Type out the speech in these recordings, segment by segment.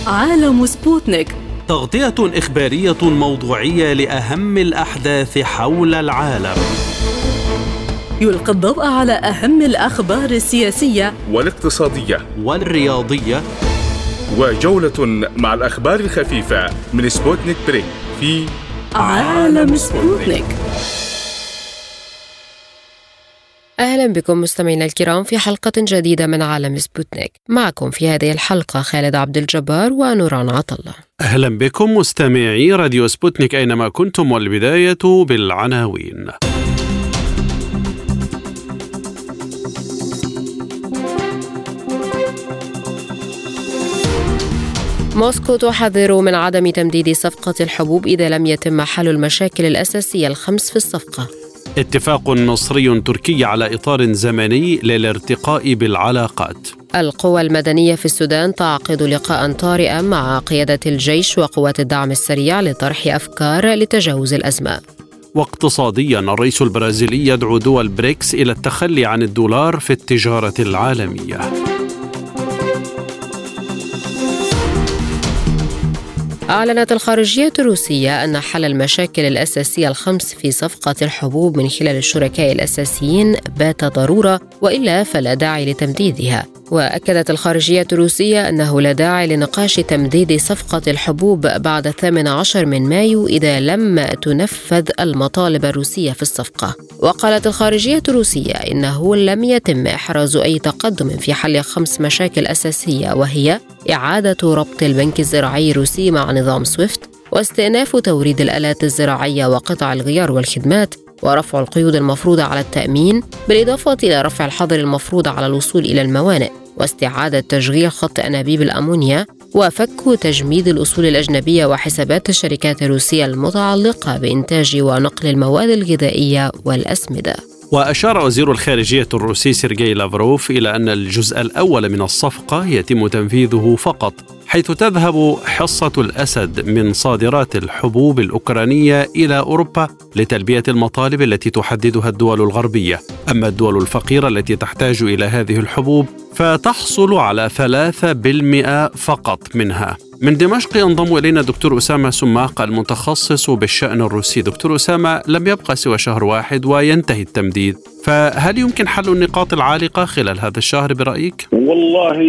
عالم سبوتنيك، تغطية إخبارية موضوعية لأهم الأحداث حول العالم. يلقي الضوء على أهم الأخبار السياسية والاقتصادية والرياضية، وجولة مع الأخبار الخفيفة من سبوتنيك بريك في عالم سبوتنيك. أهلا بكم مستمعينا الكرام في حلقة جديدة من عالم سبوتنيك. معكم في هذه الحلقة خالد عبد الجبار ونوران عطلة. أهلا بكم مستمعي راديو سبوتنيك أينما كنتم، والبداية بالعناوين. موسكو تحذر من عدم تمديد صفقة الحبوب إذا لم يتم حل المشاكل الأساسية الخمس في الصفقة. اتفاق مصري تركي على إطار زمني للارتقاء بالعلاقات. القوى المدنية في السودان تعقد لقاء طارئا مع قيادة الجيش وقوات الدعم السريع لطرح أفكار لتجاوز الأزمة. واقتصاديا، الرئيس البرازيلي يدعو دول بريكس إلى التخلي عن الدولار في التجارة العالمية. أعلنت الخارجية الروسية أن حل المشاكل الأساسية الخمس في صفقة الحبوب من خلال الشركاء الأساسيين بات ضرورة، وإلا فلا داعي لتمديدها. وأكدت الخارجية الروسية أنه لا داعي لنقاش تمديد صفقة الحبوب بعد 18 من مايو إذا لم تنفذ المطالب الروسية في الصفقة. وقالت الخارجية الروسية إنه لم يتم إحراز أي تقدم في حل 5 مشاكل أساسية، وهي إعادة ربط البنك الزراعي الروسي مع نظام سويفت، واستئناف توريد الآلات الزراعية وقطع الغيار والخدمات، ورفع القيود المفروضة على التأمين، بالإضافة إلى رفع الحظر المفروض على الوصول إلى الموانئ، واستعادة تشغيل خط أنابيب الأمونيا، وفك تجميد الأصول الأجنبية وحسابات الشركات الروسية المتعلقة بإنتاج ونقل المواد الغذائية والأسمدة. وأشار وزير الخارجية الروسي سيرجي لافروف إلى أن الجزء الأول من الصفقة يتم تنفيذه فقط، حيث تذهب حصة الأسد من صادرات الحبوب الأوكرانية إلى أوروبا لتلبية المطالب التي تحددها الدول الغربية. أما الدول الفقيرة التي تحتاج إلى هذه الحبوب فتحصل على 3% فقط منها. من دمشق ينضم إلينا دكتور أسامة سماق المتخصص بالشأن الروسي. دكتور أسامة، لم يبقى سوى شهر واحد وينتهي التمديد، فهل يمكن حل النقاط العالقة خلال هذا الشهر برأيك؟ والله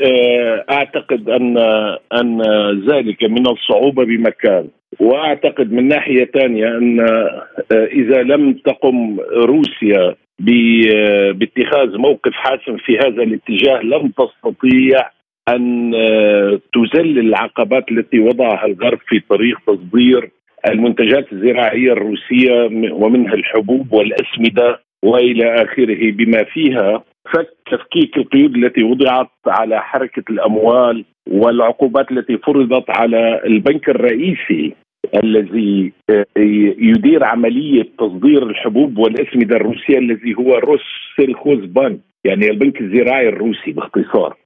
أعتقد أن ذلك من الصعوبة بمكان، وأعتقد من ناحية ثانية أن إذا لم تقم روسيا باتخاذ موقف حاسم في هذا الاتجاه لن تستطيع أن تذلل العقبات التي وضعها الغرب في طريق تصدير المنتجات الزراعية الروسية ومنها الحبوب والأسمدة وإلى آخره، بما فيها تفكيك القيود التي وضعت على حركة الأموال والعقوبات التي فرضت على البنك الرئيسي الذي يدير عملية تصدير الحبوب والأسمدة الروسية، الذي هو روسسيلخوزبانك، يعني البنك الزراعي الروسي باختصار.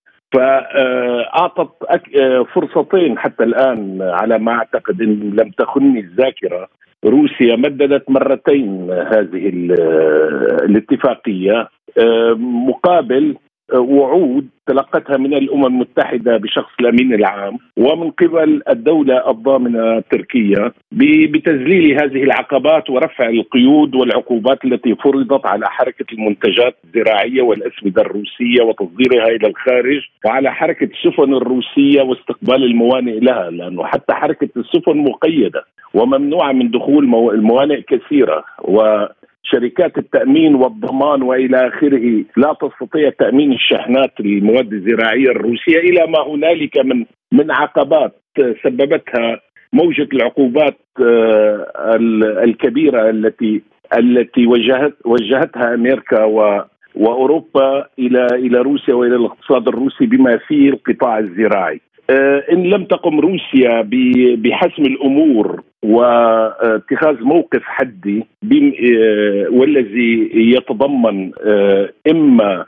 فأعطت فرصتين حتى الآن على ما أعتقد إن لم تخني الذاكرة. روسيا مددت مرتين هذه الاتفاقية مقابل وعود تلقتها من الأمم المتحدة بشخص الأمين العام ومن قبل الدولة الضامنة تركيا بتذليل هذه العقبات ورفع القيود والعقوبات التي فرضت على حركة المنتجات الزراعية والأسمدة الروسية وتصديرها إلى الخارج، وعلى حركة السفن الروسية واستقبال الموانئ لها، لأنه حتى حركة السفن مقيدة وممنوعة من دخول الموانئ كثيرة، وشركات التأمين والضمان وإلى آخره لا تستطيع تأمين الشحنات المواد الزراعية الروسية، إلى ما هنالك من عقبات سببتها موجة العقوبات الكبيرة التي وجهتها أمريكا وأوروبا إلى روسيا وإلى الاقتصاد الروسي بما فيه القطاع الزراعي. إن لم تقم روسيا بحسم الأمور واتخاذ موقف حدي والذي يتضمن إما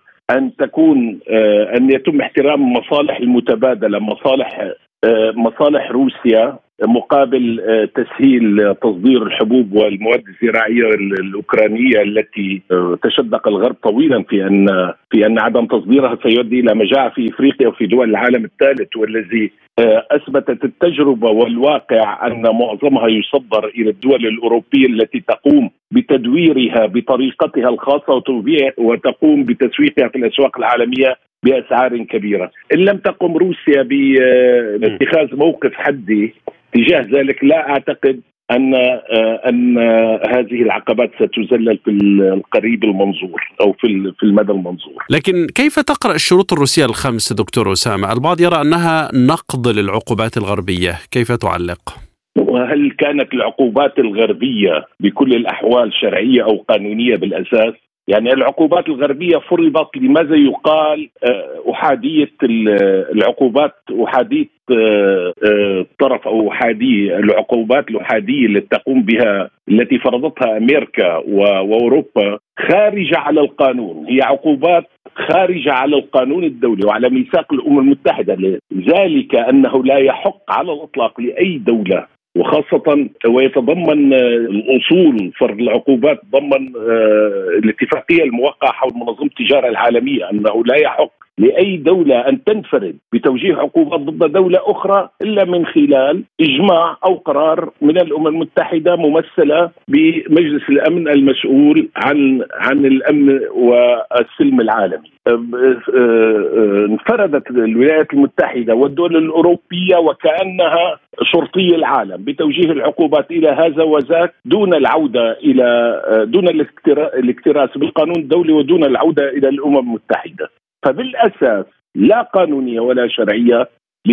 أن يتم احترام المصالح المتبادلة، مصالح روسيا مقابل تسهيل تصدير الحبوب والمواد الزراعية الأوكرانية التي تشدق الغرب طويلا في أن عدم تصديرها سيؤدي إلى مجاعة في إفريقيا وفي دول العالم الثالث، والذي أثبتت التجربة والواقع أن معظمها يصدر إلى الدول الأوروبية التي تقوم بتدويرها بطريقتها الخاصة وتقوم بتسويقها في الأسواق العالميه بأسعار كبيرة. إن لم تقم روسيا باتخاذ موقف حدي تجاه ذلك، لا أعتقد أن هذه العقبات ستذلل في القريب المنظور أو في المدى المنظور. لكن كيف تقرأ الشروط الروسية الخمس دكتور أسامة؟ البعض يرى أنها نقض للعقوبات الغربية، كيف تعلق؟ وهل كانت العقوبات الغربية بكل الأحوال شرعية أو قانونية بالأساس؟ يعني العقوبات الغربية فرضت لماذا يقال أحادية العقوبات، أحادية طرف أو أحادية العقوبات الأحادية التي تقوم بها التي فرضتها أمريكا وأوروبا خارجة على القانون، هي عقوبات خارجة على القانون الدولي وعلى ميثاق الأمم المتحدة، ذلك أنه لا يحق على الإطلاق لأي دولة، وخاصة ويتضمن الأصول فرض العقوبات ضمن الاتفاقية الموقعة حول منظمة التجارة العالمية، أنه لا يحق لأي دولة أن تنفرد بتوجيه عقوبات ضد دولة أخرى إلا من خلال إجماع أو قرار من الأمم المتحدة ممثلة بمجلس الأمن المسؤول عن الأمن والسلم العالمي. انفردت الولايات المتحدة والدول الأوروبية وكأنها شرطي العالم بتوجيه العقوبات إلى هذا وذاك دون العودة دون الاكتراث بالقانون الدولي ودون العودة إلى الأمم المتحدة. فبالأساس لا قانونية ولا شرعية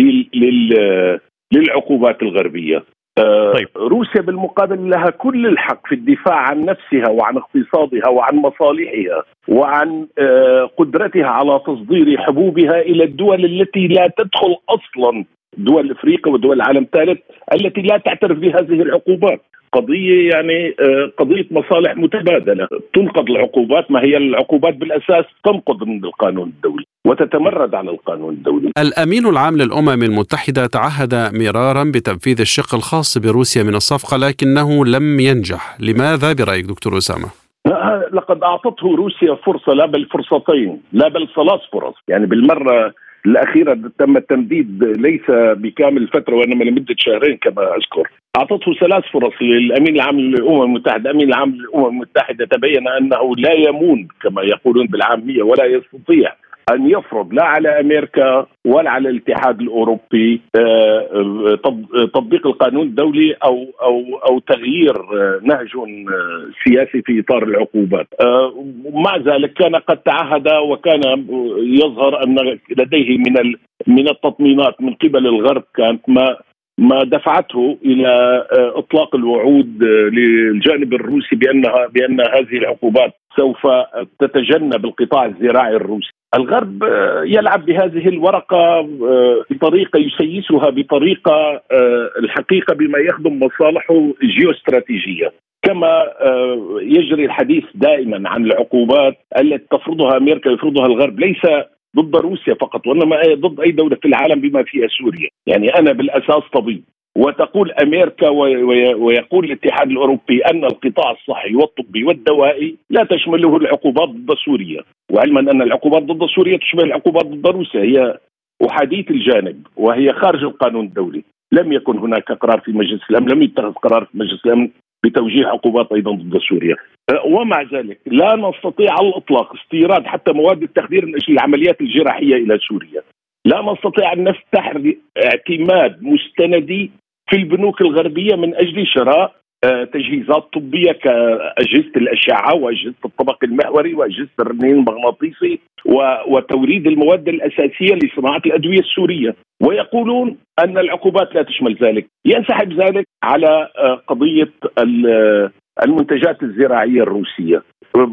للعقوبات الغربية. طيب. روسيا بالمقابل لها كل الحق في الدفاع عن نفسها وعن اقتصادها وعن مصالحها وعن قدرتها على تصدير حبوبها إلى الدول التي لا تدخل أصلا، دول أفريقيا ودول العالم الثالث التي لا تعترف بهذه العقوبات. قضية يعني قضية مصالح متبادلة. تنقض العقوبات، ما هي العقوبات بالأساس تنقض من القانون الدولي وتتمرد على القانون الدولي. الأمين العام للأمم المتحدة تعهد مرارا بتنفيذ الشق الخاص بروسيا من الصفقة لكنه لم ينجح، لماذا برأيك دكتور أسامة؟ لقد أعطته روسيا فرصة، لا بل فرصتين، لا بل 3 فرص، يعني بالمرة الأخيرة تم التمديد ليس بكامل الفترة وإنما لمدة 2 شهور كما أذكر. أعطته 3 فرص للأمين العام للأمم المتحدة. الأمين العام للأمم المتحدة تبين أنه لا يمون كما يقولون بالعامية ولا يستطيع أن يفرض لا على أمريكا ولا على الاتحاد الأوروبي تطبيق القانون الدولي أو تغيير نهج سياسي في إطار العقوبات. مع ذلك كان قد تعهد وكان يظهر أن لديه من التطمينات من قبل الغرب كانت ما دفعته إلى إطلاق الوعود للجانب الروسي بأن هذه العقوبات سوف تتجنب القطاع الزراعي الروسي. الغرب يلعب بهذه الورقة بطريقة يسيسها بطريقة الحقيقة بما يخدم مصالحه الجيوستراتيجية، كما يجري الحديث دائما عن العقوبات التي تفرضها أمريكا يفرضها الغرب، ليس ضد روسيا فقط وإنما ضد أي دولة في العالم بما فيها سوريا. يعني أنا بالأساس طبيب وتقول أمريكا ويقول الاتحاد الأوروبي أن القطاع الصحي والطبي والدوائي لا تشمله العقوبات ضد سوريا، وعلما أن العقوبات ضد سوريا تشمل العقوبات ضد روسيا، هي أحادية الجانب وهي خارج القانون الدولي. لم يكن هناك قرار في مجلس الأمن، لم يتخذ قرار في مجلس الأمن بتوجيه عقوبات أيضا ضد سوريا. ومع ذلك لا نستطيع على الإطلاق استيراد حتى مواد التخدير من أجل العمليات الجراحية إلى سوريا. لا نستطيع أن نفتح اعتماد مستندي في البنوك الغربية من أجل شراء تجهيزات طبية كأجهزة الأشعة وأجهزة الطبق المحوري وأجهزة الرنين المغناطيسي وتوريد المواد الأساسية لصناعة الأدوية السورية، ويقولون أن العقوبات لا تشمل ذلك. ينسحب ذلك على قضية المنتجات الزراعية الروسية.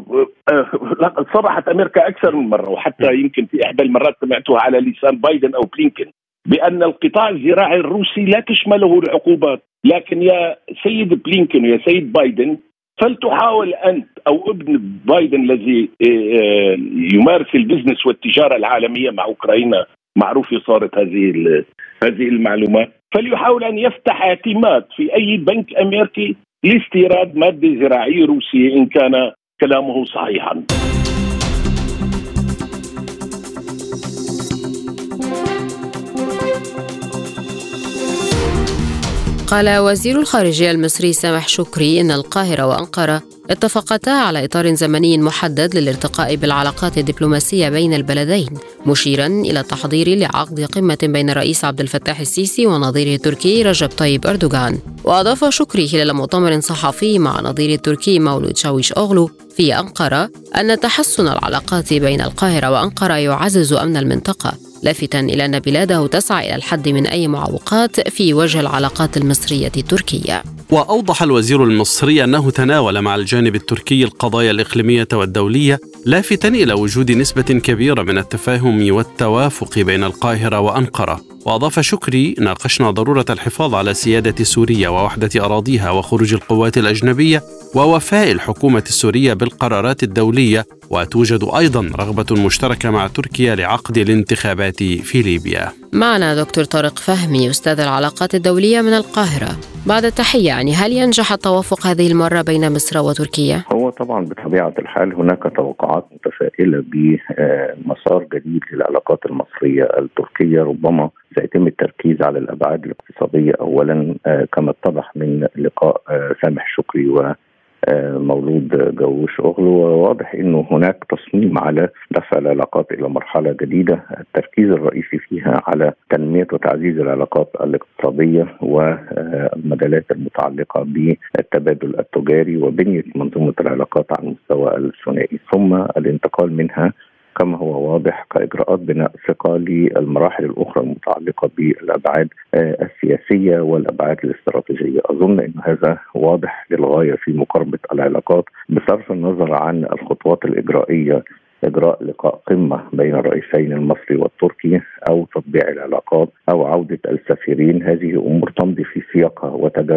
صرحت أمريكا أكثر من مرة، وحتى يمكن في إحدى المرات سمعتها على لسان بايدن أو بلينكن، بأن القطاع الزراعي الروسي لا تشمله العقوبات. لكن يا سيد بلينكن ويا سيد بايدن، فلتحاول أنت أو ابن بايدن الذي يمارس البزنس والتجارة العالمية مع أوكرانيا، معروف صارت هذه هذه المعلومات، فليحاول أن يفتح اعتماد في أي بنك أمريكي لاستيراد مادة زراعية روسية إن كان كلامه صحيحا. قال وزير الخارجية المصري سامح شكري إن القاهرة وأنقرة اتفقتا على إطار زمني محدد للارتقاء بالعلاقات الدبلوماسية بين البلدين، مشيرا إلى التحضير لعقد قمة بين الرئيس عبد الفتاح السيسي ونظيره التركي رجب طيب أردوغان. وأضاف شكري خلال مؤتمر صحفي مع نظير التركي مولود شاويش-أوغلو في أنقرة أن تحسن العلاقات بين القاهرة وأنقرة يعزز أمن المنطقة، لافتا إلى أن بلاده تسعى إلى الحد من أي معوقات في وجه العلاقات المصرية التركية. وأوضح الوزير المصري أنه تناول مع الجانب التركي القضايا الإقليمية والدولية، لافتا إلى وجود نسبة كبيرة من التفاهم والتوافق بين القاهرة وأنقرة. وأضاف شكري: ناقشنا ضرورة الحفاظ على سيادة سوريا ووحدة أراضيها وخروج القوات الأجنبية ووفاء الحكومة السورية بالقرارات الدولية، وتوجد أيضا رغبة مشتركة مع تركيا لعقد الانتخابات في ليبيا. معنا دكتور طارق فهمي أستاذ العلاقات الدولية من القاهرة. بعد التحية، هل ينجح التوافق هذه المرة بين مصر وتركيا؟ هو طبعا بطبيعة الحال هناك توقعات متفائلة بمسار جديد للعلاقات المصرية التركية، ربما سيتم التركيز على الأبعاد الاقتصادية أولا كما اتضح من لقاء سامح شكري ومولود شاويش-أوغلو، وواضح أنه هناك تصميم على دفع العلاقات إلى مرحلة جديدة التركيز الرئيسي فيها على تنمية وتعزيز العلاقات الاقتصادية والمجالات المتعلقة بالتبادل التجاري وبنية منظومة العلاقات على المستوى الثنائي، ثم الانتقال منها كما هو واضح كإجراءات بناء ثقة للمراحل الأخرى المتعلقة بالأبعاد السياسية والأبعاد الاستراتيجية. أظن أن هذا واضح للغاية في مقاربة العلاقات بصرف النظر عن الخطوات الإجرائية، إجراء لقاء قمة بين الرئيسين المصري والتركي أو تطبيع العلاقات أو عودة السفيرين. هذه أمور تمضي في سياقها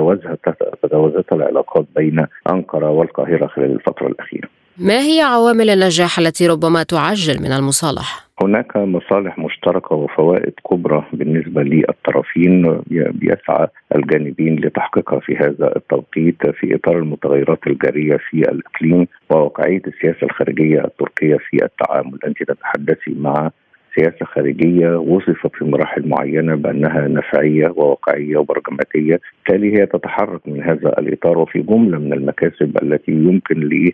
وتجاوزتها العلاقات بين أنقرة والقاهرة خلال الفترة الأخيرة. ما هي عوامل النجاح التي ربما تعجل من المصالحة؟ هناك مصالح مشتركة وفوائد كبرى بالنسبة للطرفين بيسعى الجانبين لتحقيقها في هذا التوقيت في إطار المتغيرات الجارية في الإقليم وواقعية السياسة الخارجية التركية في التعامل. أنت تتحدثي مع سياسة خارجية وصفت في مراحل معينة بأنها نفعية وواقعية وبرجماتية، بالتالي هي تتحرك من هذا الإطار، وفي جملة من المكاسب التي يمكن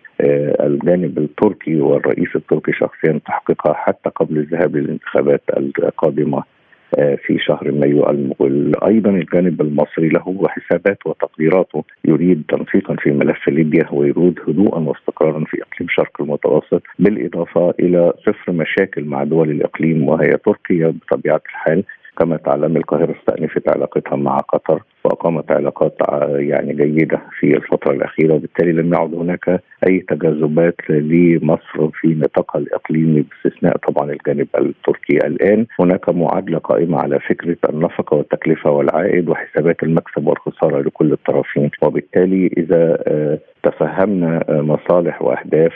للجانب التركي والرئيس التركي شخصيا تحقيقها حتى قبل الذهاب للانتخابات القادمة في شهر مايو المقبل. أيضا الجانب المصري له حسابات وتقديراته، يريد تنسيقا في ملف ليبيا ويريد هدوءا واستقرارا في إقليم شرق المتوسط، بالإضافة إلى صفر مشاكل مع دول الإقليم وهي تركيا. بطبيعة الحال كما تعلم القاهرة استأنفت علاقتها مع قطر وأقامت علاقات جيدة في الفترة الأخيرة، وبالتالي لم يعد هناك أي تجاذبات لمصر في نطاقها الإقليمي باستثناء طبعا الجانب التركي. الآن هناك معادلة قائمة على فكرة النفقة والتكلفة والعائد وحسابات المكسب والخسارة لكل الطرفين، وبالتالي إذا تفهمنا مصالح وأهداف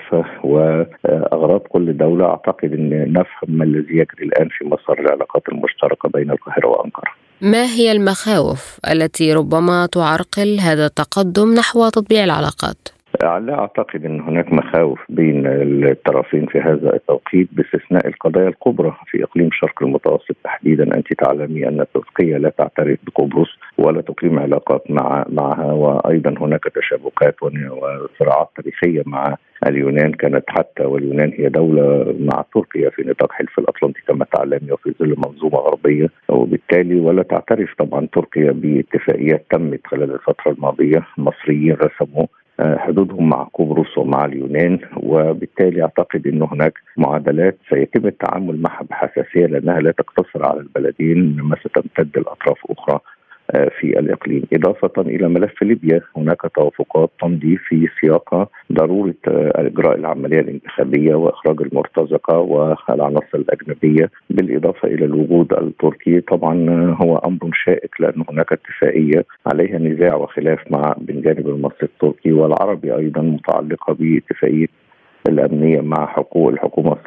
وأغراض كل دولة أعتقد أن نفهم ما الذي يجري الآن في مسار العلاقات المشتركة بين القاهرة وأنقرة. ما هي المخاوف التي ربما تعرقل هذا التقدم نحو تطبيع العلاقات؟ لا أعتقد أن هناك مخاوف بين الطرفين في هذا التوقيت باستثناء القضايا الكبرى في إقليم شرق المتوسط تحديدا. أنت تعلمي أن تركيا لا تعترف بقبرص ولا تقيم علاقات معها، وأيضا هناك تشابكات وصراعات تاريخية مع اليونان، كانت حتى واليونان هي دولة مع تركيا في نطاق حلف الأطلنطي كما تعلمي وفي ظل منظومة غربية، وبالتالي ولا تعترف طبعا تركيا باتفاقيات تمت خلال الفترة الماضية. المصريين رسموا حدودهم مع قبرص ومع اليونان، وبالتالي أعتقد أن هناك معادلات سيتم التعامل معها بحساسية لأنها لا تقتصر على البلدين إنما ستمتد لأطراف أخرى في الإقليم. إضافة إلى ملف ليبيا هناك توافقات تمضي في سياق ضرورة إجراء العملية الانتخابية وإخراج المرتزقة والعناصر الأجنبية، بالإضافة إلى الوجود التركي. طبعا هو أمر شائك لأن هناك اتفاقية عليها نزاع وخلاف بين جانب المصري التركي والعربي أيضا متعلقة باتفاقية الأمنية مع حقوق الحكومة السابقة في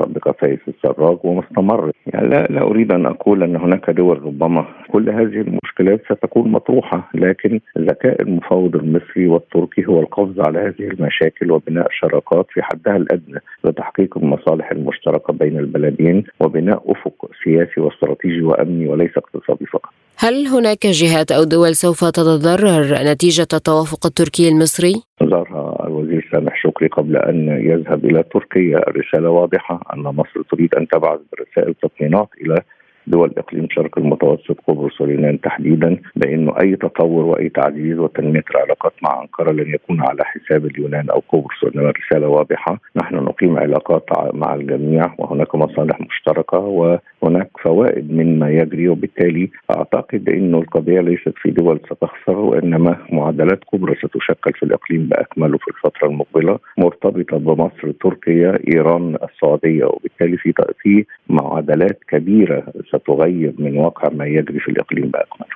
فايز السراج وما استمر. يعني لا أريد أن أقول أن هناك دول ربما كل هذه المشكلات ستكون مطروحة، لكن ذكاء المفاوض المصري والتركي هو القفز على هذه المشاكل وبناء شراكات في حدها الأدنى لتحقيق المصالح المشتركة بين البلدين وبناء أفق سياسي واستراتيجي وأمني وليس اقتصادي فقط. هل هناك جهات أو دول سوف تتضرر نتيجة التوافق التركي المصري؟ ظهر الوزير سامح شكري قبل أن يذهب إلى تركيا رسالة واضحة أن مصر تريد أن تبعث برسائل تطمينات إلى دول إقليم شرق المتوسط، قبرص واليونان تحديدا، بأنه أي تطور وأي تعزيز وتنمية العلاقات مع أنقرة لن يكون على حساب اليونان أو قبرص، وإنما الرسالة واضحة: نحن نقيم علاقات مع الجميع وهناك مصالح مشتركة وهناك فوائد مما يجري. وبالتالي أعتقد أنه القضية ليست في دول ستخسر، وإنما معادلات كبرى ستشكل في الإقليم بأكمله في الفترة المقبلة مرتبطة بمصر، تركيا، إيران، السعودية، وبالتالي في معادلات كبيرة ستغير من واقع ما يجري في الإقليم بأكمله.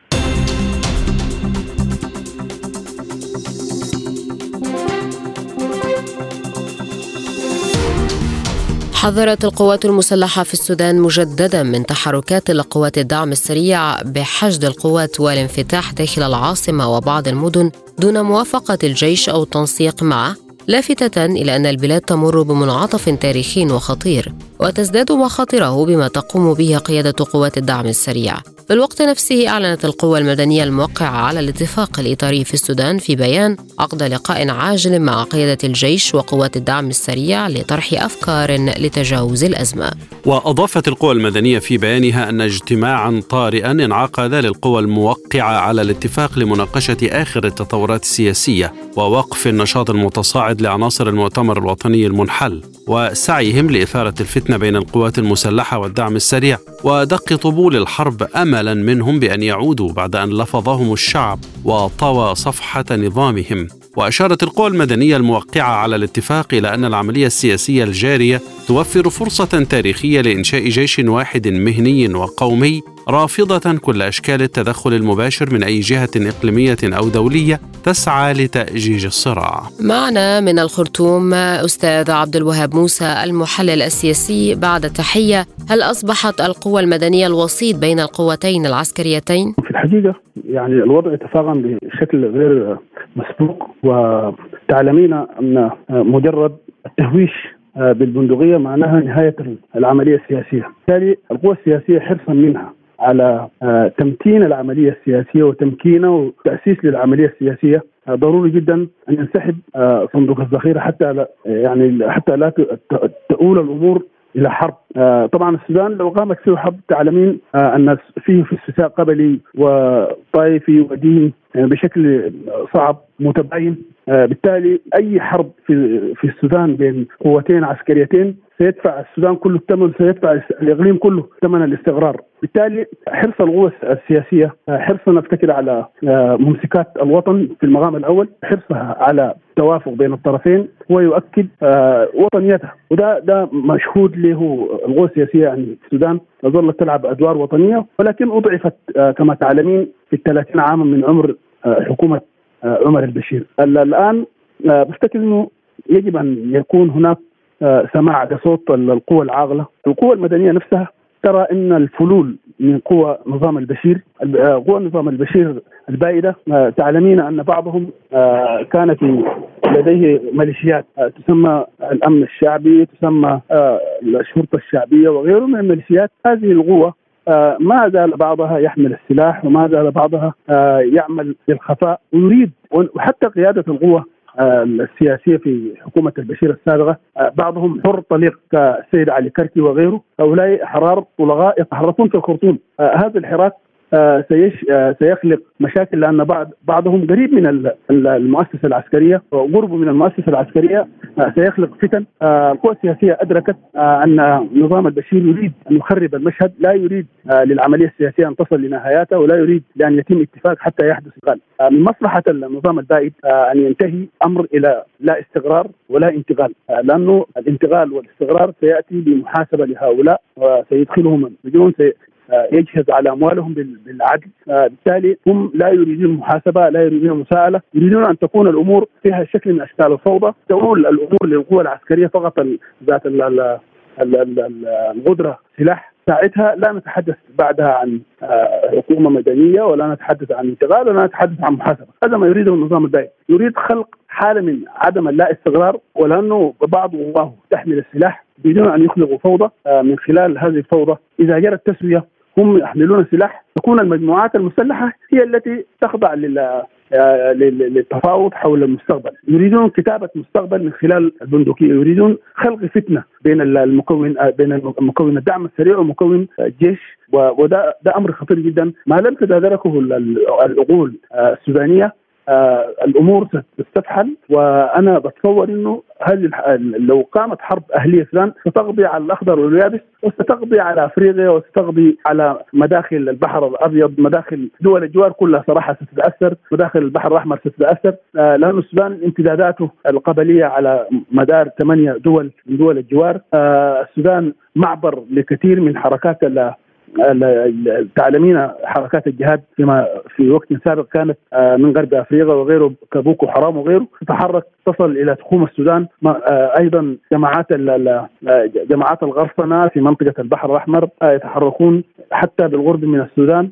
حذرت القوات المسلحة في السودان مجددا من تحركات لقوات الدعم السريع بحشد القوات والانفتاح داخل العاصمة وبعض المدن دون موافقة الجيش أو التنسيق معه، لافتة إلى أن البلاد تمر بمنعطف تاريخي وخطير وتزداد مخاطره بما تقوم به قيادة قوات الدعم السريع. في الوقت نفسه أعلنت القوى المدنية الموقعة على الاتفاق الإطاري في السودان في بيان عقد لقاء عاجل مع قيادة الجيش وقوات الدعم السريع لطرح أفكار لتجاوز الأزمة. وأضافت القوى المدنية في بيانها أن اجتماعا طارئا انعقد للقوى الموقعة على الاتفاق لمناقشة آخر التطورات السياسية ووقف النشاط المتصاعد لعناصر المؤتمر الوطني المنحل وسعيهم لإثارة الفتنة بين القوات المسلحة والدعم السريع ودق طبول الحرب أملا منهم بأن يعودوا بعد أن لفظهم الشعب وطوى صفحة نظامهم. وأشارت القوى المدنية الموقعة على الاتفاق إلى أن العملية السياسية الجارية توفر فرصة تاريخية لإنشاء جيش واحد مهني وقومي رافضة كل أشكال التدخل المباشر من أي جهة إقليمية أو دولية تسعى لتأجيج الصراع. معنا من الخرطوم أستاذ عبد الوهاب موسى المحلل السياسي. بعد التحية، هل أصبحت القوى المدنية الوسيط بين القوتين العسكريتين؟ في الحقيقة يعني الوضع تفاقم بشكل غير مسبوق، وتعلمين أن مجرد التهويش بالبندقية معناها نهاية العملية السياسية. بالتالي القوى السياسية حرصا منها على تمكين العملية السياسية وتمكينه وتأسيس للعملية السياسية، ضروري جدا أن ينسحب صندوق الذخيرة حتى لا تؤول الأمور إلى حرب. طبعا السودان لو قامت فيه حرب تعلمين أن فيه في استساء قبلي وطائفي وديني بشكل صعب متباين. بالتالي أي حرب في السودان بين قوتين عسكريتين سيدفع السودان كله الثمن، سيدفع الإقليم كله ثمن الاستقرار. بالتالي حرص القوى السياسية حرصنا نفتكر على ممسكات الوطن في المقام الأول، حرصها على توافق بين الطرفين ويؤكد وطنيتها، وده مشهود له. القوى السياسية يعني السودان ظلت تلعب أدوار وطنية، ولكن أضعفت كما تعلمين في 30 عاما من عمر حكومة عمر البشير. الآن بفتكر أنه يجب أن يكون هناك سماع لصوت القوى العاقلة. القوى المدنية نفسها ترى أن الفلول من قوى نظام البشير، قوى نظام البشير البائدة، تعلمين أن بعضهم كانت لديه ميليشيات تسمى الأمن الشعبي، تسمى الشرطة الشعبية وغيره من الميليشيات. هذه القوى ما زال بعضها يحمل السلاح وما زال بعضها يعمل بالخفاء ويريد، وحتى قيادة القوى السياسية في حكومة البشير السابقة بعضهم حر طليق كالسيد علي كركي وغيره، هؤلاء أحرار طلقاء يتحركون في الخرطوم. هذا الحراك سيخلق مشاكل، لأن بعضهم قريب من المؤسسة العسكرية، وقربه من المؤسسة العسكرية سيخلق فتن. القوى السياسية أدركت أن نظام البشير يريد أن يخرب المشهد، لا يريد للعملية السياسية أن تصل لنهايتها، ولا يريد لأن يتم اتفاق حتى يحدث انتقال. من مصلحة النظام البائد أن ينتهي أمر إلى لا استقرار ولا انتقال، لأنه الانتقال والاستقرار سيأتي بمحاسبة لهؤلاء وسيدخلهم السجون، يجهز على أموالهم بالعدل. بالتالي هم لا يريدون المحاسبة، لا يريدون المساءلة، يريدون أن تكون الأمور فيها شكل من أشكال الفوضى، تؤول الأمور للقوى العسكرية فقط ذات القدرة سلاح ساعتها لا نتحدث بعدها عن حكومة مدنية، ولا نتحدث عن انتقال، ولا نتحدث عن محاسبة. هذا ما يريده النظام الدائم، يريد خلق حالة من عدم اللا استقرار، ولأنه بعض قواه تحمل السلاح بدون أن يخلقوا فوضى. من خلال هذه الفوضى إذا جرت تسوية هم يحملون السلاح، تكون المجموعات المسلحة هي التي تخضع للتفاوض حول المستقبل. يريدون كتابة مستقبل من خلال البندقية، يريدون خلق فتنة بين المكون الدعم السريع ومكون الجيش، وده أمر خطير جدا ما لم تدركه العقول السودانية. الأمور ستفحل، وأنا بتصور أنه لو قامت حرب أهلية السودان ستقضي على الأخضر واليابس، وستقضي على أفريقيا، وستقضي على مداخل البحر الأبيض، مداخل دول الجوار كلها صراحة ستتأثر، مداخل البحر الأحمر ستتأثر، لأن السودان امتداداته القبلية على مدار 8 دول من دول الجوار. السودان معبر لكثير من حركات تعلمين حركات الجهاد في وقت سابق كانت من غرب افريقيا وغيره كبوكو حرام وغيره تتحرك تصل الى تخوم السودان. ايضا جماعات الغرفنه في منطقه البحر الاحمر يتحركون حتى بالقرب من السودان.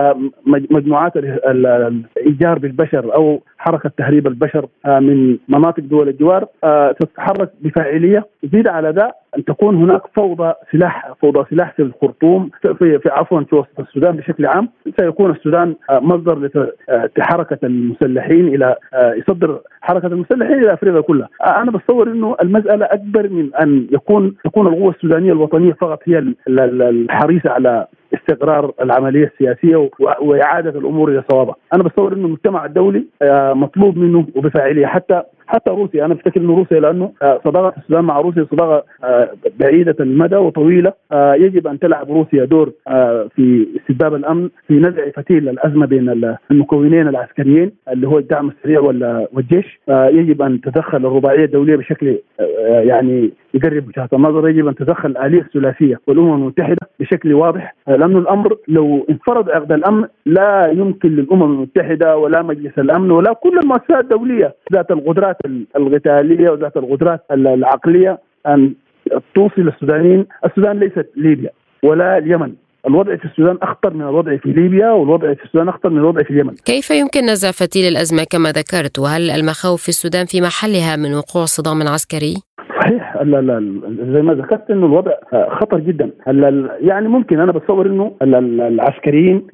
مجموعات الايجار بالبشر او حركه تهريب البشر من مناطق دول الجوار تتحرك بفاعليه. يزيد على ذا ان تكون هناك فوضى سلاح في الخرطوم، في وسط السودان بشكل عام. سيكون السودان مصدر لحركه المسلحين الى يصدر حركه المسلحين الى افريقيا كلها. انا بتصور انه المساله اكبر من ان تكون القوه السودانيه الوطنيه فقط هي الحريصه على استقرار العمليه السياسيه واعاده الامور الى صوابها. انا بتصور انه المجتمع الدولي مطلوب منه وبفاعليه، حتى روسيا. انا بفتكر انه روسيا لانه صداقه السودان مع روسيا صداقه بعيده المدى وطويله، يجب ان تلعب روسيا دور في استتباب الامن، في نزع فتيل الازمه بين المكونين العسكريين اللي هو الدعم السريع والجيش. يجب ان تدخل الرباعيه الدوليه بشكل يعني يقرب وجهات النظر. يجب ان تدخل الاليه الثلاثيه والامم المتحده بشكل واضح، لانه الامر لو انفرض عقد الامن لا يمكن للامم المتحده ولا مجلس الامن ولا كل المؤسسات الدوليه ذات القدرات القتاليه وذات القدرات العقليه ان توصل السودانيين. السودان ليست ليبيا ولا اليمن. الوضع في السودان أخطر من الوضع في ليبيا، والوضع في السودان أخطر من الوضع في اليمن. كيف يمكن نزع فتيل الأزمة كما ذكرت؟ وهل المخاوف في السودان في محلها من وقوع صدام عسكري؟ صحيح. لا زي ما ذكرت انه الوضع خطر جدا. يعني ممكن انا بتصور انه العسكريين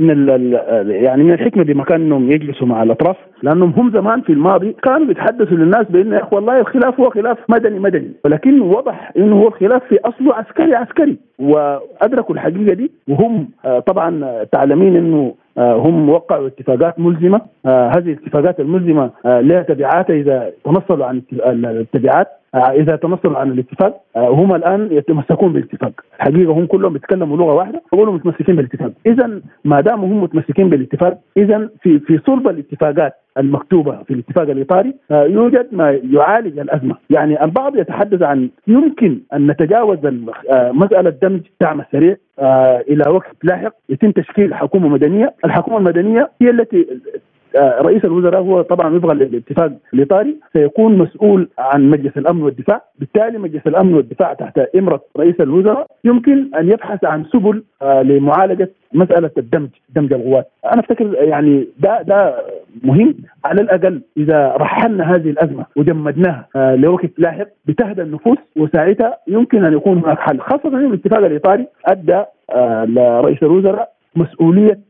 من الحكمه بمكان انهم يجلسوا مع الاطراف، لانهم هم زمان في الماضي كانوا بيتحدثوا للناس بان يا اخي والله الخلاف هو خلاف مدني، ولكن وضح انه هو الخلاف في اصله عسكري، وادركوا الحقيقه دي. وهم طبعا تعلمين انه هم وقعوا اتفاقات ملزمه. هذه الاتفاقات الملزمه لها تبعات اذا تنصلوا عن التبعات. إذا تنصلوا عن الاتفاق هم الآن يتمسكون بالاتفاق. الحقيقة هم كلهم بيتكلموا لغة واحدة وكلهم متمسكين بالاتفاق. إذا ما دام هم متمسكين بالاتفاق، إذا في صلب الاتفاقات المكتوبة في الاتفاق الإطاري يوجد ما يعالج الأزمة. يعني البعض يتحدث عن يمكن أن نتجاوز مسألة دمج الدعم السريع إلى وقت لاحق يتم تشكيل حكومة مدنية. الحكومة المدنية هي التي رئيس الوزراء هو طبعا وفقا للاتفاق الإطاري سيكون مسؤول عن مجلس الأمن والدفاع. بالتالي مجلس الأمن والدفاع تحت إمرة رئيس الوزراء يمكن أن يبحث عن سبل لمعالجة مسألة دمج القوات. أنا أفتكر يعني ده مهم. على الأقل إذا رحلنا هذه الأزمة وجمدناها لوقت لاحق بتهدى النفوس، وساعتها يمكن أن يكون هناك حل، خاصة أن الاتفاق الإطاري أدى لرئيس الوزراء مسؤولية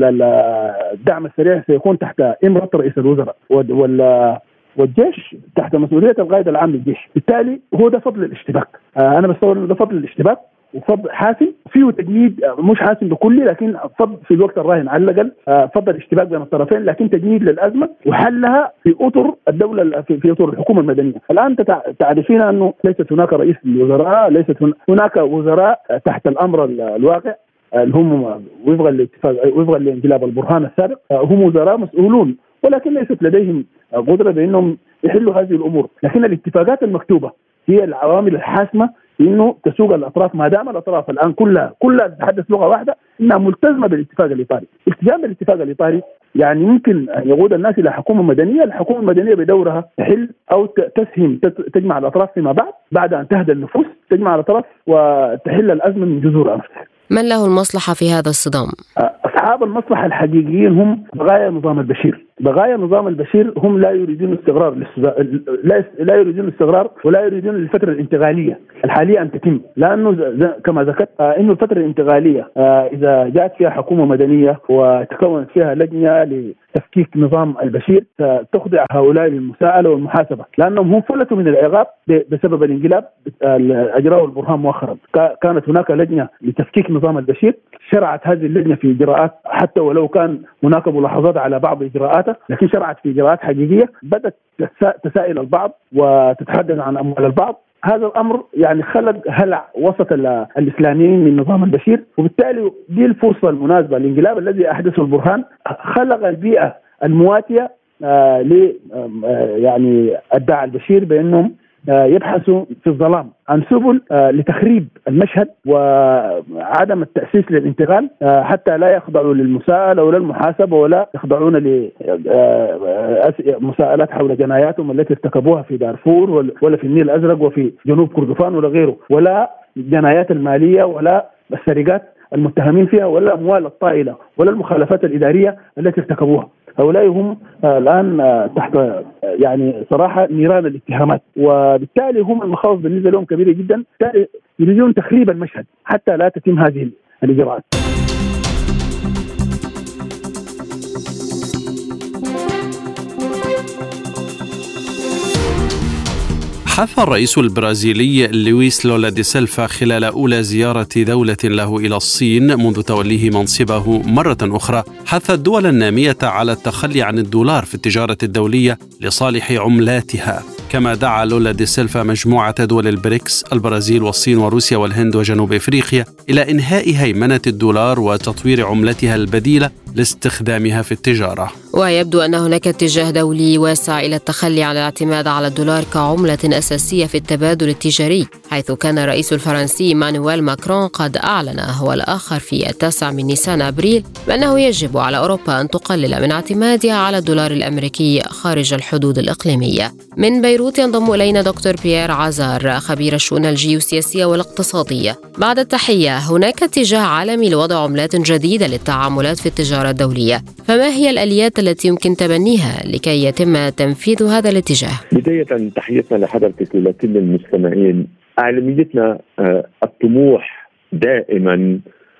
الدعم السريع سيكون تحت إمرة رئيس الوزراء، والجيش تحت مسؤولية القائد العام للجيش. بالتالي هو ده فضل الاشتباك. أنا بتصور إنه ده فضل الاشتباك وفضل حاسم فيه تجنيد، مش حاسم بكلي لكن فضل في الوقت الراهن على الأقل فضل الاشتباك بين الطرفين، لكن تجنيد للأزمة وحلها في أطر الدولة في أطر الحكومة المدنية. الآن تعرفين أنه ليست هناك رئيس للوزراء، ليست هناك وزراء تحت الأمر الواقع اللي هم وفقا لانقلاب البرهان السابق هم وزراء مسؤولون، ولكن ليست لديهم قدرة بأنهم يحلوا هذه الأمور. لكن الاتفاقات المكتوبة هي العوامل الحاسمة إنه تسوق الأطراف. ما دام الأطراف الآن كلها تتحدث لغة واحدة إنها ملتزمة بالاتفاق الإطاري. التزام بالاتفاق الإطاري يعني ممكن أن يقود الناس إلى حكومة مدنية. الحكومة المدنية بدورها تحل أو تسهم تجمع الأطراف فيما بعد أن تهدى النفوس، تجمع الأطراف وتحل الأزمة من جذور أنفسها. من له المصلحة في هذا الصدام؟ أصحاب المصلحة الحقيقيين هم بقايا نظام البشير. بقايا نظام البشير هم لا يريدون استقرار لا يريدون استقرار ولا يريدون الفترة الانتقالية الحالية أن تتم، لأنه كما ذكرت إنه الفترة الانتقالية إذا جاءت فيها حكومة مدنية وتكونت فيها لجنة لتفكيك نظام البشير تخضع هؤلاء للمساءلة والمحاسبة، لأنهم هم فلتوا من العقاب بسبب الانقلاب أجراه البرهان مؤخرا. كانت هناك لجنة لتفكيك نظام البشير، شرعت هذه اللجنة في إجراءات حتى ولو كان هناك ملاحظات على بعض إجراءاته، لكن شرعت في إجراءات حقيقية بدأت تسائل البعض وتتحدث عن أموال البعض. هذا الأمر يعني خلق هلع وسط الإسلاميين من نظام البشير، وبالتالي دي الفرصة المناسبة. الانقلاب الذي أحدثه البرهان خلق البيئة المواتية يعني أدعى البشير بأنهم يبحثوا في الظلام عن سبل لتخريب المشهد وعدم التأسيس للانتقال، حتى لا يخضعوا للمساءلة ولا المحاسبة ولا يخضعون لمساءلات حول جناياتهم التي ارتكبوها في دارفور ولا في النيل الأزرق وفي جنوب كردفان ولا غيره، ولا جنايات المالية ولا السرقات المتهمين فيها ولا الأموال الطائلة ولا المخالفات الإدارية التي ارتكبوها. هؤلاء هم الآن تحت يعني صراحة نيران الاتهامات، وبالتالي هم المخاوف بالنسبة لهم كبيرة جدا، يريدون تخريب المشهد حتى لا تتم هذه الإجراءات. حث الرئيس البرازيلي لويس لولا دي سيلفا خلال أولى زيارة دولة له إلى الصين منذ توليه منصبه مرة أخرى، حث الدول النامية على التخلي عن الدولار في التجارة الدولية لصالح عملاتها. كما دعا لولا دي سيلفا مجموعة دول البريكس البرازيل والصين وروسيا والهند وجنوب أفريقيا إلى إنهاء هيمنة الدولار وتطوير عملتها البديلة لاستخدامها في التجارة. ويبدو أن هناك اتجاه دولي واسع إلى التخلي عن الاعتماد على الدولار كعملة أساسية في التبادل التجاري، حيث كان الرئيس الفرنسي إيمانويل ماكرون قد أعلن هو الآخر في 9 نيسان أبريل بأنه يجب على أوروبا أن تقلل من اعتمادها على الدولار الأمريكي خارج الحدود الإقليمية. من بيروت ينضم إلينا دكتور بيير عازار، خبير الشؤون الجيوسياسية والاقتصادية. بعد التحية، هناك اتجاه عالمي لوضع عملات جديدة للتعاملات في التجارة الدولية، فما هي الآليات التي يمكن تبنيها لكي يتم تنفيذ هذا الاتجاه؟ بداية تحياتنا لحضرتك ولكل المستمعين. أعلاميتنا الطموح دائما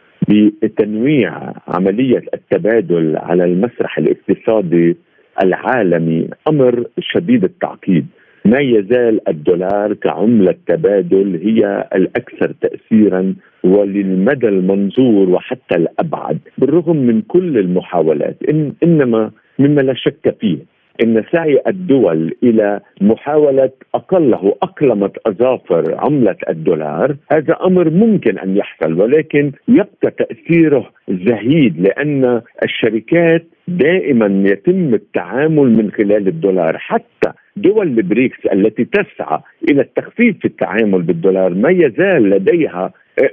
بتنويع عملية التبادل على المسرح الاقتصادي العالمي أمر شديد التعقيد. ما يزال الدولار كعملة تبادل هي الأكثر تأثيرا وللمدى المنظور وحتى الأبعد، بالرغم من كل المحاولات. إنما مما لا شك فيه إن سعي الدول إلى محاولة أقله أقلمة أظافر عملة الدولار هذا أمر ممكن أن يحصل، ولكن يبقى تأثيره زهيد، لأن الشركات دائما يتم التعامل من خلال الدولار. حتى دول البريكس التي تسعى إلى التخفيف في التعامل بالدولار ما يزال لديها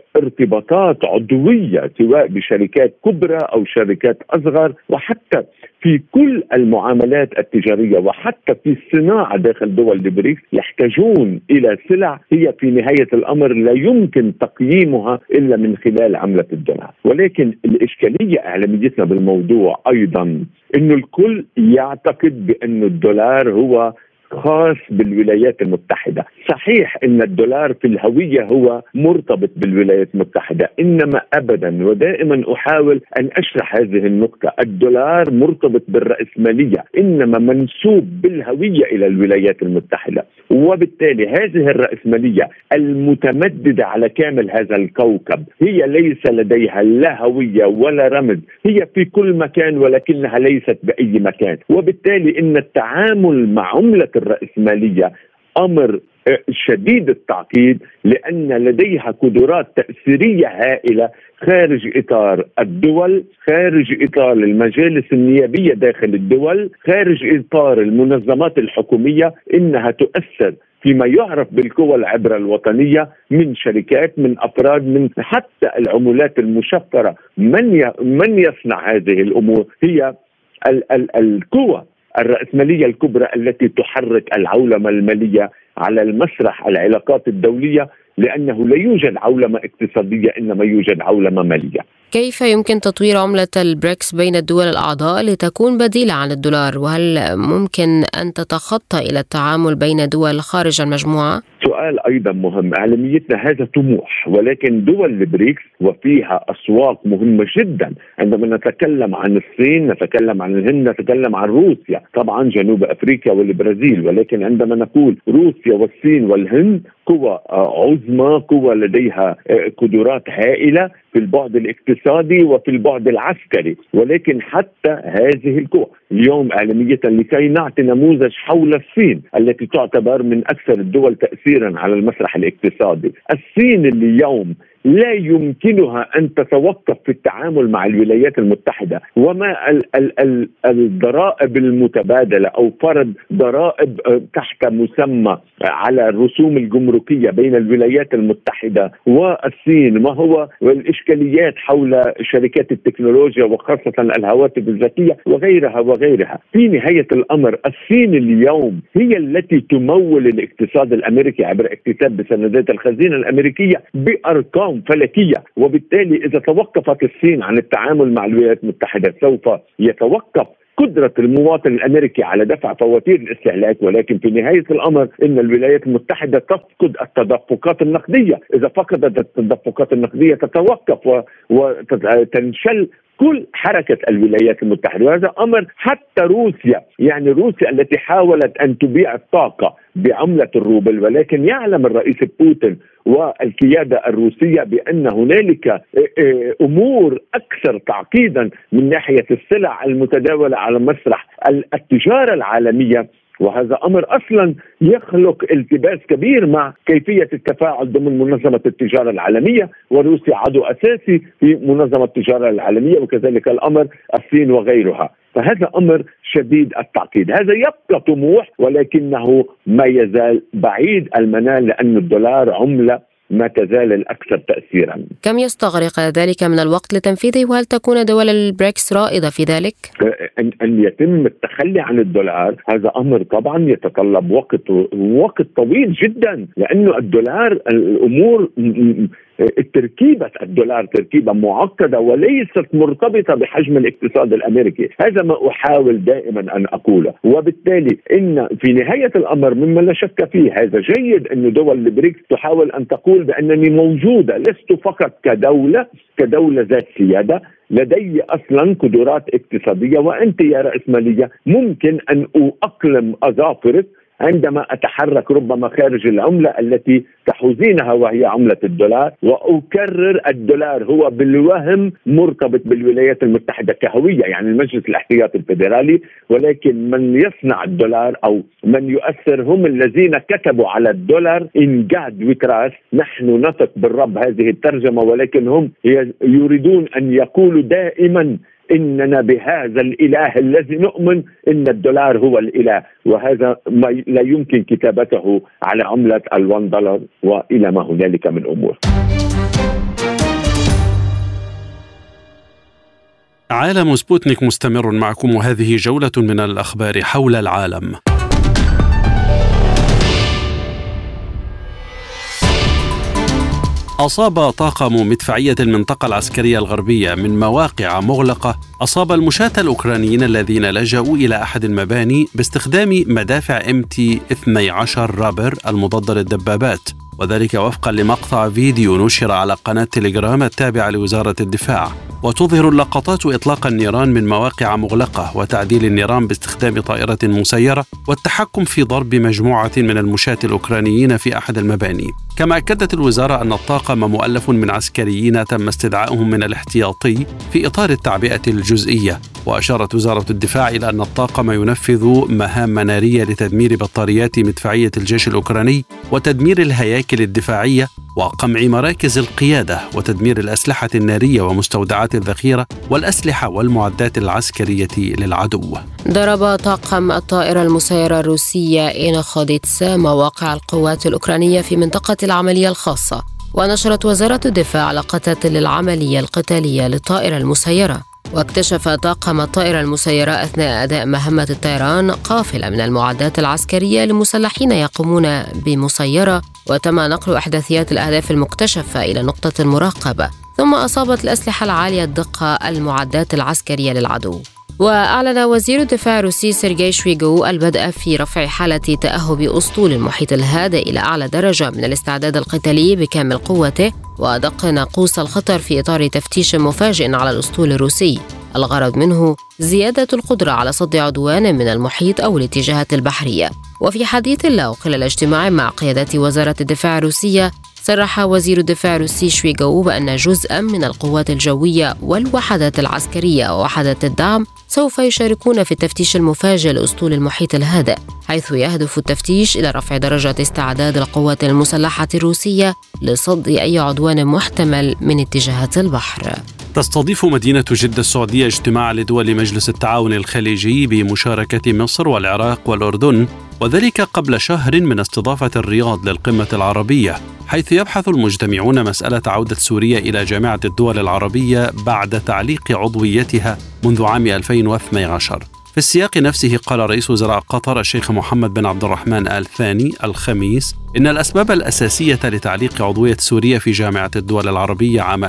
ارتباطات عضوية سواء بشركات كبرى أو شركات أصغر، وحتى في كل المعاملات التجارية وحتى في الصناعة داخل دول البريكس يحتاجون إلى سلع هي في نهاية الأمر لا يمكن تقييمها إلا من خلال عملة الدولار. ولكن الإشكالية إعلاميتنا بالموضوع أيضا إنه الكل يعتقد بأن الدولار هو خاص بالولايات المتحدة. صحيح ان الدولار في الهوية هو مرتبط بالولايات المتحدة، انما ابدا، ودائما احاول ان اشرح هذه النقطة، الدولار مرتبط بالرأسمالية انما منسوب بالهوية الى الولايات المتحدة، وبالتالي هذه الرأسمالية المتمددة على كامل هذا الكوكب هي ليس لديها لا هوية ولا رمز، هي في كل مكان ولكنها ليست بأي مكان. وبالتالي ان التعامل مع عملة الرأسمالية أمر شديد التعقيد، لأن لديها قدرات تأثيرية هائلة خارج إطار الدول، خارج إطار المجالس النيابية داخل الدول، خارج إطار المنظمات الحكومية. إنها تؤثر فيما يعرف بالقوى العبرة الوطنية من شركات، من أفراد، من حتى العملات المشفرة. من يصنع هذه الأمور؟ هي القوى الرأسمالية الكبرى التي تحرك العولمة المالية على المسرح العلاقات الدولية، لأنه لا يوجد عولمة اقتصادية إنما يوجد عولمة مالية. كيف يمكن تطوير عملة البريكس بين الدول الأعضاء لتكون بديلة عن الدولار؟ وهل ممكن أن تتخطى إلى التعامل بين دول خارج المجموعة؟ سؤال أيضا مهم. أعلاميتنا هذا طموح، ولكن دول البريكس وفيها أسواق مهمة جدا. عندما نتكلم عن الصين، نتكلم عن الهند، نتكلم عن روسيا، طبعا جنوب أفريقيا والبرازيل، ولكن عندما نقول روسيا والصين والهند قوى عظمى، قوى لديها قدرات هائلة في البعد الاقتصادي وفي البعد العسكري. ولكن حتى هذه القوى اليوم عالمية، لكي نعطي نموذج حول الصين التي تعتبر من أكثر الدول تأثيرا على المسرح الاقتصادي، الصين اليوم لا يمكنها أن تتوقف في التعامل مع الولايات المتحدة، وما الضرائب المتبادلة أو فرض ضرائب تحت مسمى على الرسوم الجمركية بين الولايات المتحدة والصين، ما هو الإشكاليات حول شركات التكنولوجيا وخاصة الهواتف الذكية وغيرها. في نهاية الأمر الصين اليوم هي التي تمول الاقتصاد الأمريكي عبر اكتتاب بسندات الخزينة الأمريكية بأرقام فلكية، وبالتالي إذا توقفت الصين عن التعامل مع الولايات المتحدة سوف يتوقف قدرة المواطن الأمريكي على دفع فواتير الاستهلاك. ولكن في نهاية الأمر إن الولايات المتحدة تفقد التدفقات النقدية، إذا فقدت التدفقات النقدية تتوقف وتنشل كل حركة الولايات المتحدة. وهذا أمر حتى روسيا، يعني روسيا التي حاولت أن تبيع الطاقة بعملة الروبل، ولكن يعلم الرئيس بوتين والقيادة الروسية بأن هنالك أمور أكثر تعقيدا من ناحية السلع المتداولة على مسرح التجارة العالمية، وهذا أمر أصلا يخلق التباس كبير مع كيفية التفاعل ضمن منظمة التجارة العالمية، وروسيا عضو أساسي في منظمة التجارة العالمية، وكذلك الأمر الصين وغيرها. فهذا أمر شديد التعقيد. هذا يبقى طموح ولكنه ما يزال بعيد المنال، لأن الدولار عملة ما تزال الأكثر تأثيرا. كم يستغرق ذلك من الوقت لتنفيذه؟ وهل تكون دول البريكس رائدة في ذلك؟ أن يتم التخلي عن الدولار هذا أمر طبعا يتطلب وقت طويل جدا، لأنه الدولار الأمور تركيبة الدولار تركيبة معقدة وليست مرتبطة بحجم الاقتصاد الأمريكي. هذا ما أحاول دائما أن أقوله، وبالتالي إن في نهاية الأمر مما لا شك فيه هذا جيد أن دول البريكس تحاول أن تقول بأنني موجودة، لست فقط كدولة ذات سيادة، لدي أصلا قدرات اقتصادية، وأنت يا رأسمالية ممكن أن أقلم أظافرك عندما أتحرك ربما خارج العملة التي تحوزينها وهي عملة الدولار، وأكرر الدولار هو بالوهم مرتبط بالولايات المتحدة كهوية، يعني المجلس الاحتياطي الفيدرالي، ولكن من يصنع الدولار أو من يؤثر هم الذين كتبوا على الدولار إن جاد وتراس. نحن نثق بالرب هذه الترجمة، ولكن هم يريدون أن يقولوا دائما إننا بهذا الإله الذي نؤمن إن الدولار هو الإله، وهذا ما لا يمكن كتابته على عملة $1 وإلى ما هنالك من أمور. عالم سبوتنيك مستمر معكم، وهذه جولة من الأخبار حول العالم. أصاب طاقم مدفعية المنطقة العسكرية الغربية من مواقع مغلقة أصاب المشاة الأوكرانيين الذين لجأوا إلى أحد المباني باستخدام مدافع MT-12 رابر المضادة للدبابات، وذلك وفقا لمقطع فيديو نشر على قناة تليجرام التابعة لوزارة الدفاع. وتظهر اللقطات إطلاق النيران من مواقع مغلقة وتعديل النيران باستخدام طائرة مسيرة والتحكم في ضرب مجموعة من المشاة الأوكرانيين في أحد المباني. كما أكدت الوزارة أن الطاقم مؤلف من عسكريين تم استدعائهم من الاحتياطي في إطار التعبئة الجزئية. وأشارت وزارة الدفاع إلى أن الطاقم ينفذ مهام نارية لتدمير بطاريات مدفعية الجيش الأوكراني وتدمير الهياكل الدفاعية وقمع مراكز القيادة وتدمير الأسلحة النارية ومستودعات الذخيرة والأسلحة والمعدات العسكرية للعدو. ضرب طاقم الطائرة المسيرة الروسية إنخوديتس مواقع القوات الأوكرانية في منطقة العملية الخاصة. ونشرت وزارة الدفاع لقطات للعملية القتالية للطائرة المسيرة. واكتشف طاقم الطائرة المسيرة أثناء أداء مهمة الطيران قافلة من المعدات العسكرية لمسلحين يقومون بمسيرة، وتم نقل إحداثيات الأهداف المكتشفة إلى نقطة المراقبة، ثم أصابت الأسلحة العالية الدقة المعدات العسكرية للعدو. وأعلن وزير الدفاع الروسي سيرجي شويغو البدء في رفع حالة تأهب أسطول المحيط الهادئ إلى أعلى درجة من الاستعداد القتالي بكامل قوته، وأدق ناقوس الخطر في إطار تفتيش مفاجئ على الأسطول الروسي. الغرض منه زيادة القدرة على صد عدوان من المحيط أو الاتجاهات البحرية. وفي حديث له خلال اجتماع مع قيادات وزارة الدفاع الروسية، صرح وزير الدفاع الروسي شويغو بأن جزءاً من القوات الجوية والوحدات العسكرية ووحدات الدعم سوف يشاركون في التفتيش المفاجئ لأسطول المحيط الهادئ، حيث يهدف التفتيش إلى رفع درجة استعداد القوات المسلحة الروسية لصد أي عدوان محتمل من اتجاهات البحر. تستضيف مدينة جدة السعودية اجتماع لدول مجلس التعاون الخليجي بمشاركة مصر والعراق والأردن، وذلك قبل شهر من استضافة الرياض للقمة العربية، حيث يبحث المجتمعون مسألة عودة سوريا إلى جامعة الدول العربية بعد تعليق عضويتها منذ عام 2012. في السياق نفسه قال رئيس وزراء قطر الشيخ محمد بن عبد الرحمن آل ثاني الخميس إن الأسباب الأساسية لتعليق عضوية سوريا في جامعة الدول العربية عام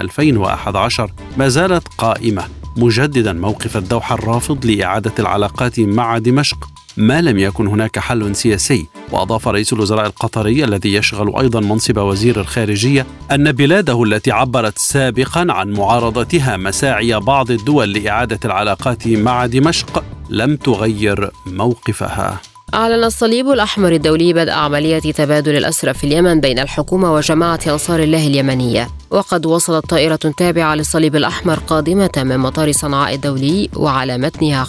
2011 ما زالت قائمة، مجددا موقف الدوحة الرافض لإعادة العلاقات مع دمشق ما لم يكن هناك حل سياسي. وأضاف رئيس الوزراء القطري الذي يشغل أيضا منصب وزير الخارجية أن بلاده التي عبرت سابقا عن معارضتها مساعي بعض الدول لإعادة العلاقات مع دمشق لم تغير موقفها. أعلن الصليب الأحمر الدولي بدء عملية تبادل الأسرى في اليمن بين الحكومة وجماعة أنصار الله اليمنية، وقد وصلت طائرة تابعة للصليب الأحمر قادمة من مطار صنعاء الدولي وعلى متنها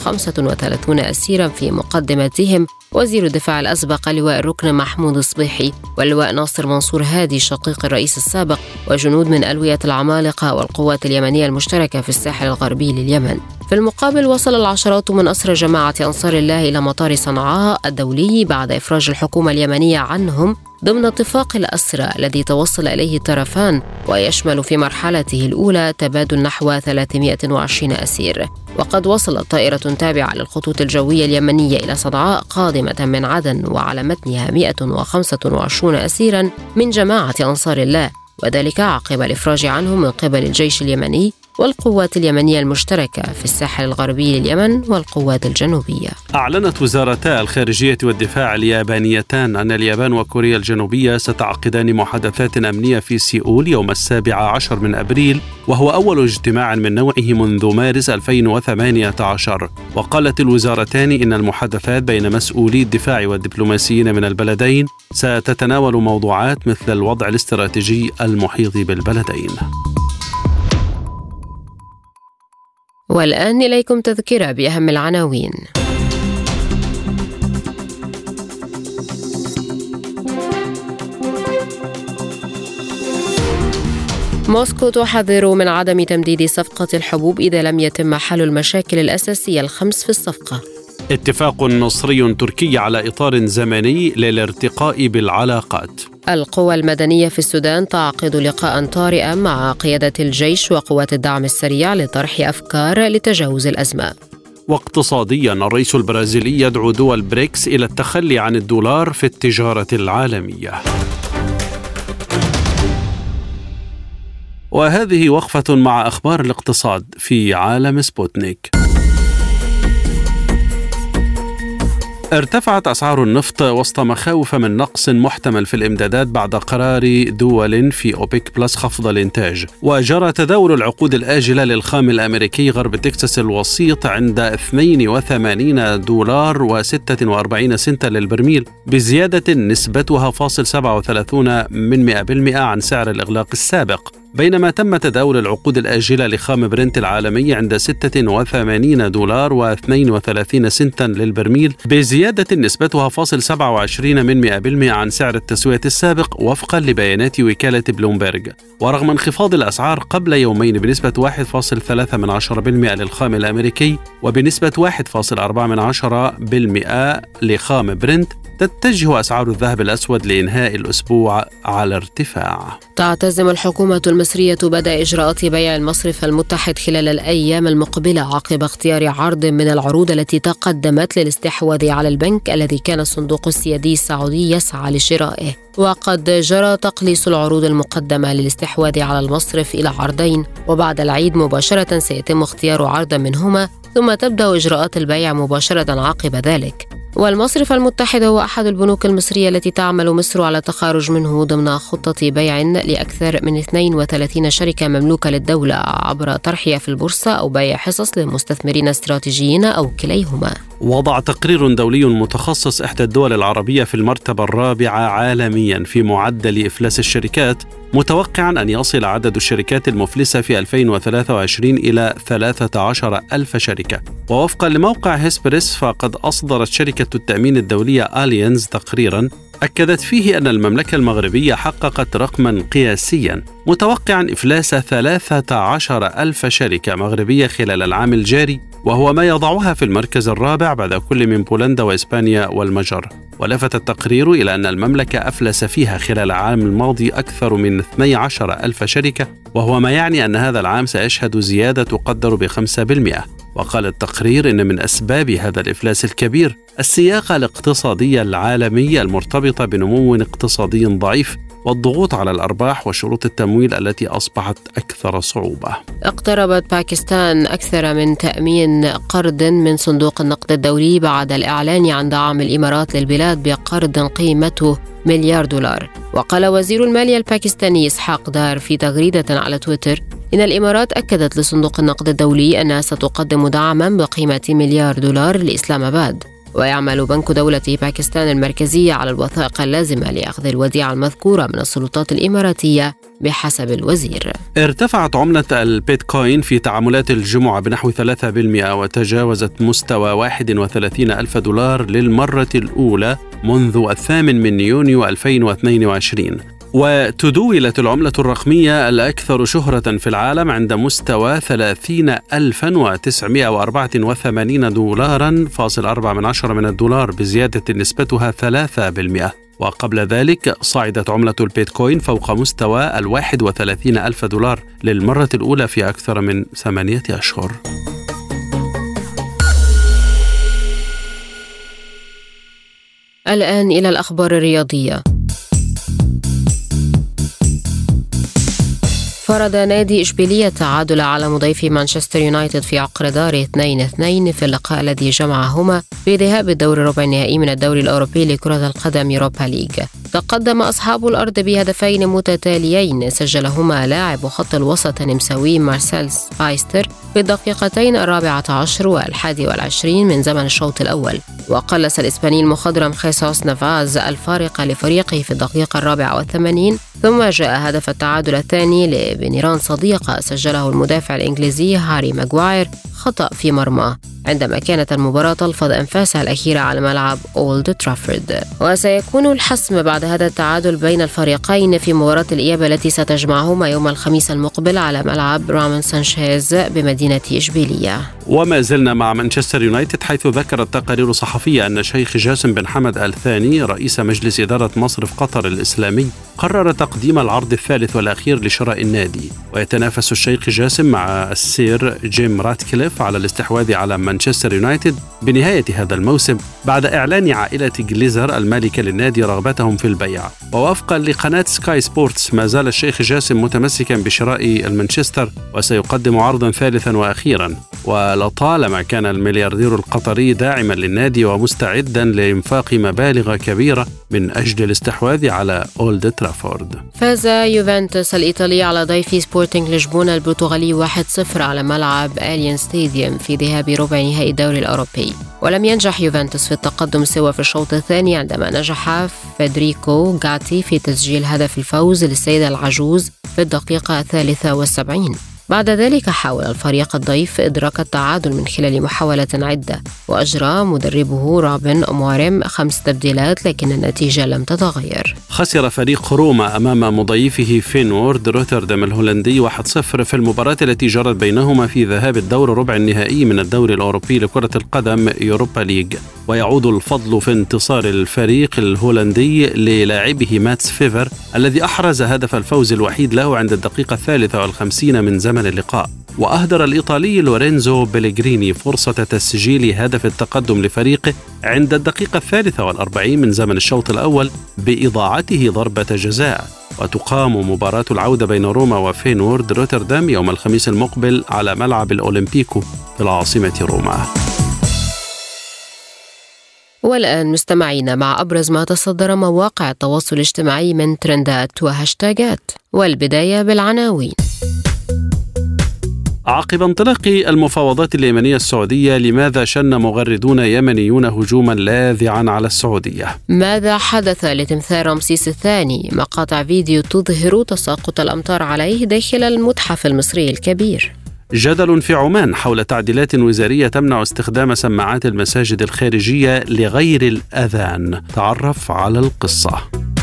35 أسيرا في مقدمتهم وزير الدفاع الأسبق لواء الركن محمود الصبيحي واللواء ناصر منصور هادي شقيق الرئيس السابق وجنود من ألوية العمالقة والقوات اليمنية المشتركة في الساحل الغربي لليمن. في المقابل وصل العشرات من أسرى جماعة أنصار الله إلى مطار صنعاء الدولي بعد إفراج الحكومة اليمنية عنهم ضمن اتفاق الأسرى الذي توصل إليه الطرفان، ويشمل في مرحلته الأولى تبادل نحو 320 أسير. وقد وصلت طائرة تابعة للخطوط الجوية اليمنية إلى صنعاء قادمة من عدن وعلى متنها 125 أسيرا من جماعة أنصار الله، وذلك عقب الإفراج عنهم من قبل الجيش اليمني والقوات اليمنية المشتركة في الساحل الغربي لليمن والقوات الجنوبية. أعلنت وزارتا الخارجية والدفاع اليابانيتان أن اليابان وكوريا الجنوبية ستعقدان محادثات أمنية في سيئول يوم 17 من أبريل، وهو أول اجتماع من نوعه منذ مارس 2018. وقالت الوزارتان إن المحادثات بين مسؤولي الدفاع والدبلوماسيين من البلدين ستتناول موضوعات مثل الوضع الاستراتيجي المحيط بالبلدين. والآن إليكم تذكرة بأهم العناوين. موسكو تحذر من عدم تمديد صفقة الحبوب إذا لم يتم حل المشاكل الأساسية الخمس في الصفقة. اتفاق مصري تركي على إطار زمني للارتقاء بالعلاقات. القوى المدنية في السودان تعقد لقاء طارئا مع قيادة الجيش وقوات الدعم السريع لطرح أفكار لتجاوز الأزمة. واقتصاديا الرئيس البرازيلي يدعو دول بريكس إلى التخلي عن الدولار في التجارة العالمية. وهذه وقفة مع أخبار الاقتصاد في عالم سبوتنيك. ارتفعت أسعار النفط وسط مخاوف من نقص محتمل في الإمدادات بعد قرار دول في أوبك بلس خفض الإنتاج. وجرى تداول العقود الآجلة للخام الأمريكي غرب تكساس الوسيط عند $82.46 للبرميل، بزيادة نسبتها 0.37% عن سعر الإغلاق السابق، بينما تم تداول العقود الآجلة لخام برنت العالمي عند $86.32 للبرميل، بزيادة نسبتها 0.27% عن سعر التسوية السابق وفقا لبيانات وكالة بلومبرج. ورغم انخفاض الأسعار قبل يومين بنسبة 1.3% للخام الأمريكي وبنسبة 1.4% لخام برنت، تتجه أسعار الذهب الأسود لإنهاء الأسبوع على ارتفاع. تعتزم الحكومة المصرية المصرية بدأ إجراءات بيع المصرف المتحد خلال الأيام المقبلة عقب اختيار عرض من العروض التي تقدمت للاستحواذ على البنك الذي كان الصندوق السيادي السعودي يسعى لشرائه. وقد جرى تقليص العروض المقدمة للاستحواذ على المصرف إلى عرضين، وبعد العيد مباشرة سيتم اختيار عرض منهما ثم تبدأ إجراءات البيع مباشرة عقب ذلك. والمصرف المتحد هو أحد البنوك المصرية التي تعمل مصر على التخارج منه ضمن خطة بيع لأكثر من 32 شركة مملوكة للدولة عبر طرحها في البورصة أو بيع حصص لمستثمرين استراتيجيين أو كليهما. وضع تقرير دولي متخصص إحدى الدول العربية في المرتبة الرابعة عالميا في معدل إفلاس الشركات، متوقعا أن يصل عدد الشركات المفلسة في 2023 إلى 13,000 شركة. ووفقا لموقع هيسبريس فقد أصدرت شركة التأمين الدولية أليانز تقريرا أكدت فيه أن المملكة المغربية حققت رقما قياسيا متوقعا إفلاس 13,000 شركة مغربية خلال العام الجاري، وهو ما يضعها في المركز الرابع بعد كل من بولندا وإسبانيا والمجر. ولفت التقرير إلى أن المملكة أفلس فيها خلال العام الماضي أكثر من 12,000 شركة، وهو ما يعني أن هذا العام سيشهد زيادة تقدر ب5%. وقال التقرير إن من أسباب هذا الإفلاس الكبير السياق الاقتصادي العالمي المرتبطة بنمو اقتصادي ضعيف والضغوط على الأرباح وشروط التمويل التي أصبحت أكثر صعوبة. اقتربت باكستان أكثر من تأمين قرض من صندوق النقد الدولي بعد الإعلان عن دعم الإمارات للبلاد بقرض قيمته $1,000,000. وقال وزير المالية الباكستاني إسحاق دار في تغريدة على تويتر إن الإمارات أكدت لصندوق النقد الدولي أنها ستقدم دعما بقيمة $1,000,000 لإسلام آباد. ويعمل بنك دولة باكستان المركزية على الوثائق اللازمة لأخذ الوديعة المذكورة من السلطات الإماراتية بحسب الوزير. ارتفعت عملة البيتكوين في تعاملات الجمعة بنحو 3% وتجاوزت مستوى $31,000 للمرة الأولى منذ 8 يونيو 2022. وتداولت العملة الرقمية الأكثر شهرة في العالم عند مستوى $30,084.4 من الدولار بزيادة نسبتها 3%. وقبل ذلك صعدت عملة البيتكوين فوق مستوى $31,000 للمرة الأولى في أكثر من 8 أشهر. الآن إلى الأخبار الرياضية. فرض نادي إشبيلية التعادل على مضيف مانشستر يونايتد في عقر داره 2-2 في اللقاء الذي جمعهما في ذهاب الدور الربع النهائي من الدوري الأوروبي لكرة القدم يوروبا ليج. تقدم أصحاب الأرض بهدفين متتاليين سجلهما لاعب خط الوسط النمساوي مارسيل سبايستر في الدقيقتين 14 و21 من زمن الشوط الأول، وقلص الإسباني المخضرم خيسوس نافاز الفارق لفريقه في الدقيقة 84. ثم جاء هدف التعادل الثاني لبنيران صديقة سجله المدافع الإنجليزي هاري ماغواير خطأ في مرماه عندما كانت المباراة تلفظ أنفاسها الأخيرة على ملعب أولد ترافورد. وسيكون الحسم بعد هذا التعادل بين الفريقين في مباراة الإياب التي ستجمعهما يوم الخميس المقبل على ملعب رامون سانشيز بمدينة إشبيلية. وما زلنا مع مانشستر يونايتد، حيث ذكرت تقارير صحفية أن الشيخ جاسم بن حمد آل ثاني رئيس مجلس إدارة مصرف قطر الإسلامي قرر تقديم العرض الثالث والأخير لشراء النادي. ويتنافس الشيخ جاسم مع السير جيم راتكليف على الاستحواذ على مانشستر يونايتد بنهاية هذا الموسم بعد إعلان عائلة جليزر المالكة للنادي رغبتهم في البيع. ووفقا لقناة سكاي سبورتس ما زال الشيخ جاسم متمسكا بشراء المانشستر وسيقدم عرضا ثالثا وأخيرا. ولطالما كان الملياردير القطري داعما للنادي ومستعدا لإنفاق مبالغ كبيرة من أجل الاستحواذ على أولد ترافورد. فاز يوفنتوس الإيطالي على ضيف سبورتينغ لشبونة البرتغالي 1-0 على ملعب أليانز ستاديوم في ذهاب ربع نهائي الدوري الأوروبي. ولم ينجح يوفنتوس في التقدم سوى في الشوط الثاني عندما نجح فيدريكو غاتي في تسجيل هدف الفوز للسيدة العجوز في الدقيقة 73. بعد ذلك حاول الفريق الضيف إدراك التعادل من خلال محاولات عدة، وأجرى مدربه روبن أمواريم 5 تبديلات، لكن النتيجة لم تتغير. خسر فريق روما أمام مضيفه فينورد روتردام الهولندي 1-0 في المباراة التي جرت بينهما في ذهاب الدور ربع النهائي من الدوري الأوروبي لكرة القدم يوروبا ليج. ويعود الفضل في انتصار الفريق الهولندي للاعبه ماتس فيفر الذي أحرز هدف الفوز الوحيد له عند الدقيقة 53 من زمن اللقاء. وأهدر الإيطالي لورينزو بيليغريني فرصة تسجيل هدف التقدم لفريقه عند الدقيقة 43 من زمن الشوط الأول بإضاعته ضربة جزاء. وتقام مباراة العودة بين روما وفينورد روتردام يوم الخميس المقبل على ملعب الأولمبيكو في العاصمة روما. والآن مستمعين مع أبرز ما تصدر مواقع التواصل الاجتماعي من ترندات وهاشتاجات، والبداية بالعناوين. عقب انطلاق المفاوضات اليمنية السعودية، لماذا شن مغردون يمنيون هجوما لاذعا على السعودية؟ ماذا حدث لتمثال رمسيس الثاني؟ مقاطع فيديو تظهر تساقط الأمطار عليه داخل المتحف المصري الكبير. جدل في عمان حول تعديلات وزارية تمنع استخدام سماعات المساجد الخارجية لغير الأذان. تعرف على القصة.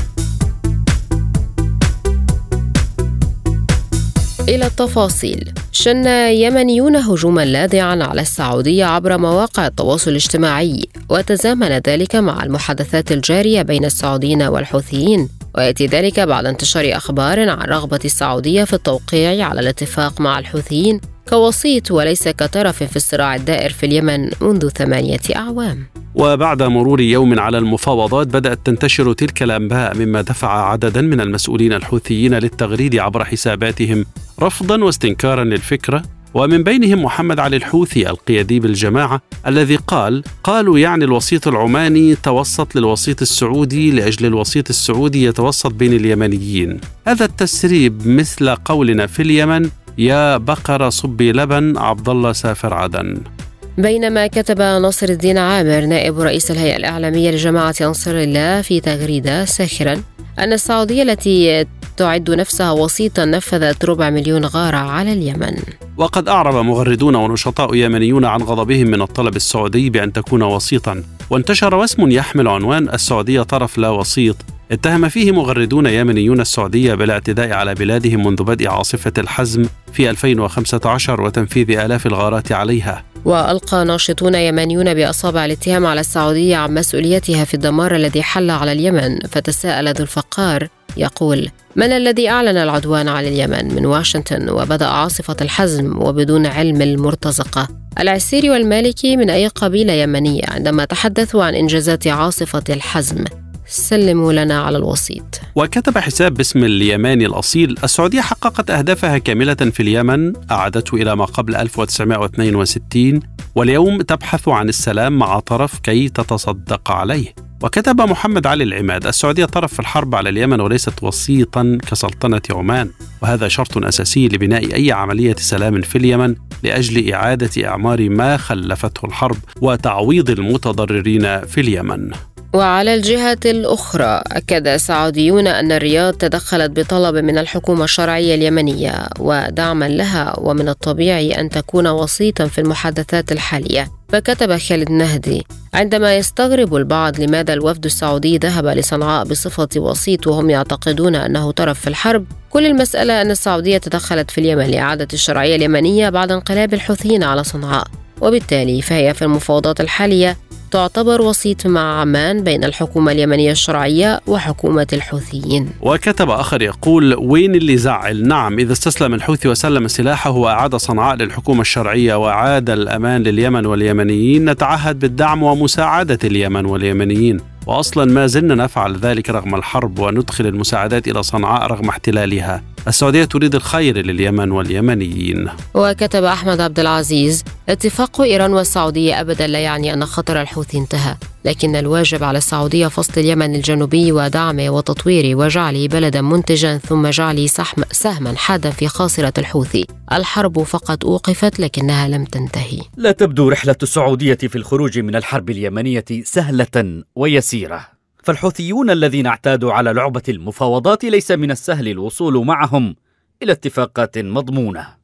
إلى التفاصيل. شن يمنيون هجوما لاذعا على السعودية عبر مواقع التواصل الاجتماعي، وتزامن ذلك مع المحادثات الجارية بين السعوديين والحوثيين، ويأتي ذلك بعد انتشار أخبار عن رغبة السعودية في التوقيع على الاتفاق مع الحوثيين كوسيط وليس كطرف في الصراع الدائر في اليمن منذ 8 أعوام. وبعد مرور يوم على المفاوضات بدأت تنتشر تلك الأنباء، مما دفع عددا من المسؤولين الحوثيين للتغريد عبر حساباتهم رفضا واستنكارا للفكرة، ومن بينهم محمد علي الحوثي القيادي بالجماعة الذي قالوا يعني الوسيط العماني توسط للوسيط السعودي لأجل الوسيط السعودي يتوسط بين اليمنيين. هذا التسريب مثل قولنا في اليمن يا بقرة صبي لبن عبد الله سافر عدن. بينما كتب ناصر الدين عامر نائب رئيس الهيئة الإعلامية لجماعة أنصار الله في تغريدة ساخرا أن السعودية التي تعد نفسها وسيطا نفذت 400,000 غارة على اليمن. وقد أعرب مغردون ونشطاء يمنيون عن غضبهم من الطلب السعودي بأن تكون وسيطا، وانتشر وسم يحمل عنوان السعودية طرف لا وسيط، اتهم فيه مغردون يمنيون السعودية بالاعتداء على بلادهم منذ بدء عاصفة الحزم في 2015 وتنفيذ آلاف الغارات عليها. وألقى ناشطون يمنيون بأصابع الاتهام على السعودية عن مسؤوليتها في الدمار الذي حل على اليمن، فتساءل ذو الفقار يقول: من الذي أعلن العدوان على اليمن من واشنطن وبدأ عاصفة الحزم وبدون علم المرتزقة؟ العسيري والمالكي من أي قبيلة يمنية عندما تحدثوا عن إنجازات عاصفة الحزم؟ سلموا لنا على الوسيط. وكتب حساب باسم اليماني الأصيل: السعودية حققت أهدافها كاملة في اليمن، أعادته إلى ما قبل 1962، واليوم تبحث عن السلام مع طرف كي تتصدق عليه. وكتب محمد علي العماد: السعودية طرف في الحرب على اليمن وليست وسيطا كسلطنة عمان، وهذا شرط أساسي لبناء أي عملية سلام في اليمن لأجل إعادة إعمار ما خلفته الحرب وتعويض المتضررين في اليمن. وعلى الجهة الأخرى أكد السعوديون أن الرياض تدخلت بطلب من الحكومة الشرعية اليمنية ودعما لها، ومن الطبيعي أن تكون وسيطا في المحادثات الحالية. فكتب خالد نهدي: عندما يستغرب البعض لماذا الوفد السعودي ذهب لصنعاء بصفة وسيط وهم يعتقدون أنه طرف في الحرب، كل المسألة أن السعودية تدخلت في اليمن لإعادة الشرعية اليمنية بعد انقلاب الحوثيين على صنعاء، وبالتالي فهي في المفاوضات الحالية تعتبر وسيط مع عمان بين الحكومة اليمنية الشرعية وحكومة الحوثيين. وكتب آخر يقول: وين اللي زعل؟ نعم، إذا استسلم الحوثي وسلم سلاحه وأعاد صنعاء للحكومة الشرعية وعاد الأمان لليمن واليمنيين، نتعهد بالدعم ومساعدة اليمن واليمنيين، وأصلا ما زلنا نفعل ذلك رغم الحرب وندخل المساعدات إلى صنعاء رغم احتلالها. السعودية تريد الخير لليمن واليمنيين. وكتب أحمد عبد العزيز: اتفاق إيران والسعودية أبدا لا يعني أن خطر الحوثي انتهى، لكن الواجب على السعودية فصل اليمن الجنوبي ودعمه وتطويره وجعله بلدا منتجا، ثم جعله سهما حادا في خاصرة الحوثي. الحرب فقط أوقفت لكنها لم تنتهي. لا تبدو رحلة السعودية في الخروج من الحرب اليمنية سهلة ويسيرة، فالحوثيون الذين اعتادوا على لعبة المفاوضات ليس من السهل الوصول معهم إلى اتفاقات مضمونة.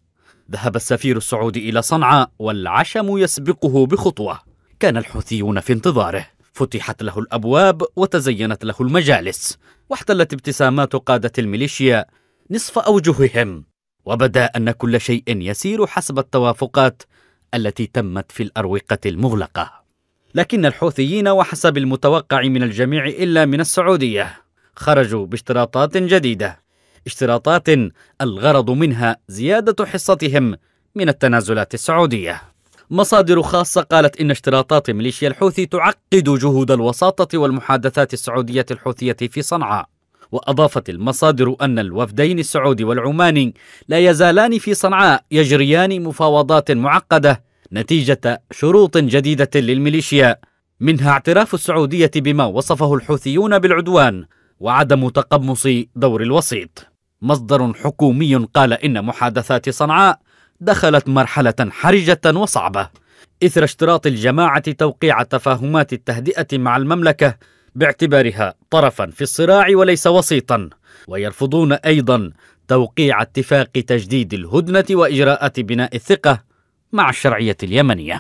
ذهب السفير السعودي إلى صنعاء والعشم يسبقه بخطوة. كان الحوثيون في انتظاره، فتحت له الأبواب وتزينت له المجالس، واحتلت ابتسامات قادة الميليشيا نصف أوجههم، وبدا أن كل شيء يسير حسب التوافقات التي تمت في الأروقة المغلقة. لكن الحوثيين وحسب المتوقع من الجميع إلا من السعودية خرجوا باشتراطات جديدة، اشتراطات الغرض منها زيادة حصتهم من التنازلات السعودية. مصادر خاصة قالت إن اشتراطات ميليشيا الحوثي تعقد جهود الوساطة والمحادثات السعودية الحوثية في صنعاء. وأضافت المصادر أن الوفدين السعودي والعماني لا يزالان في صنعاء يجريان مفاوضات معقدة نتيجة شروط جديدة للميليشيا، منها اعتراف السعودية بما وصفه الحوثيون بالعدوان وعدم تقمص دور الوسيط. مصدر حكومي قال إن محادثات صنعاء دخلت مرحلة حرجة وصعبة إثر اشتراط الجماعة توقيع تفاهمات التهدئة مع المملكة باعتبارها طرفا في الصراع وليس وسيطا، ويرفضون أيضا توقيع اتفاق تجديد الهدنة وإجراءات بناء الثقة مع الشرعية اليمنية.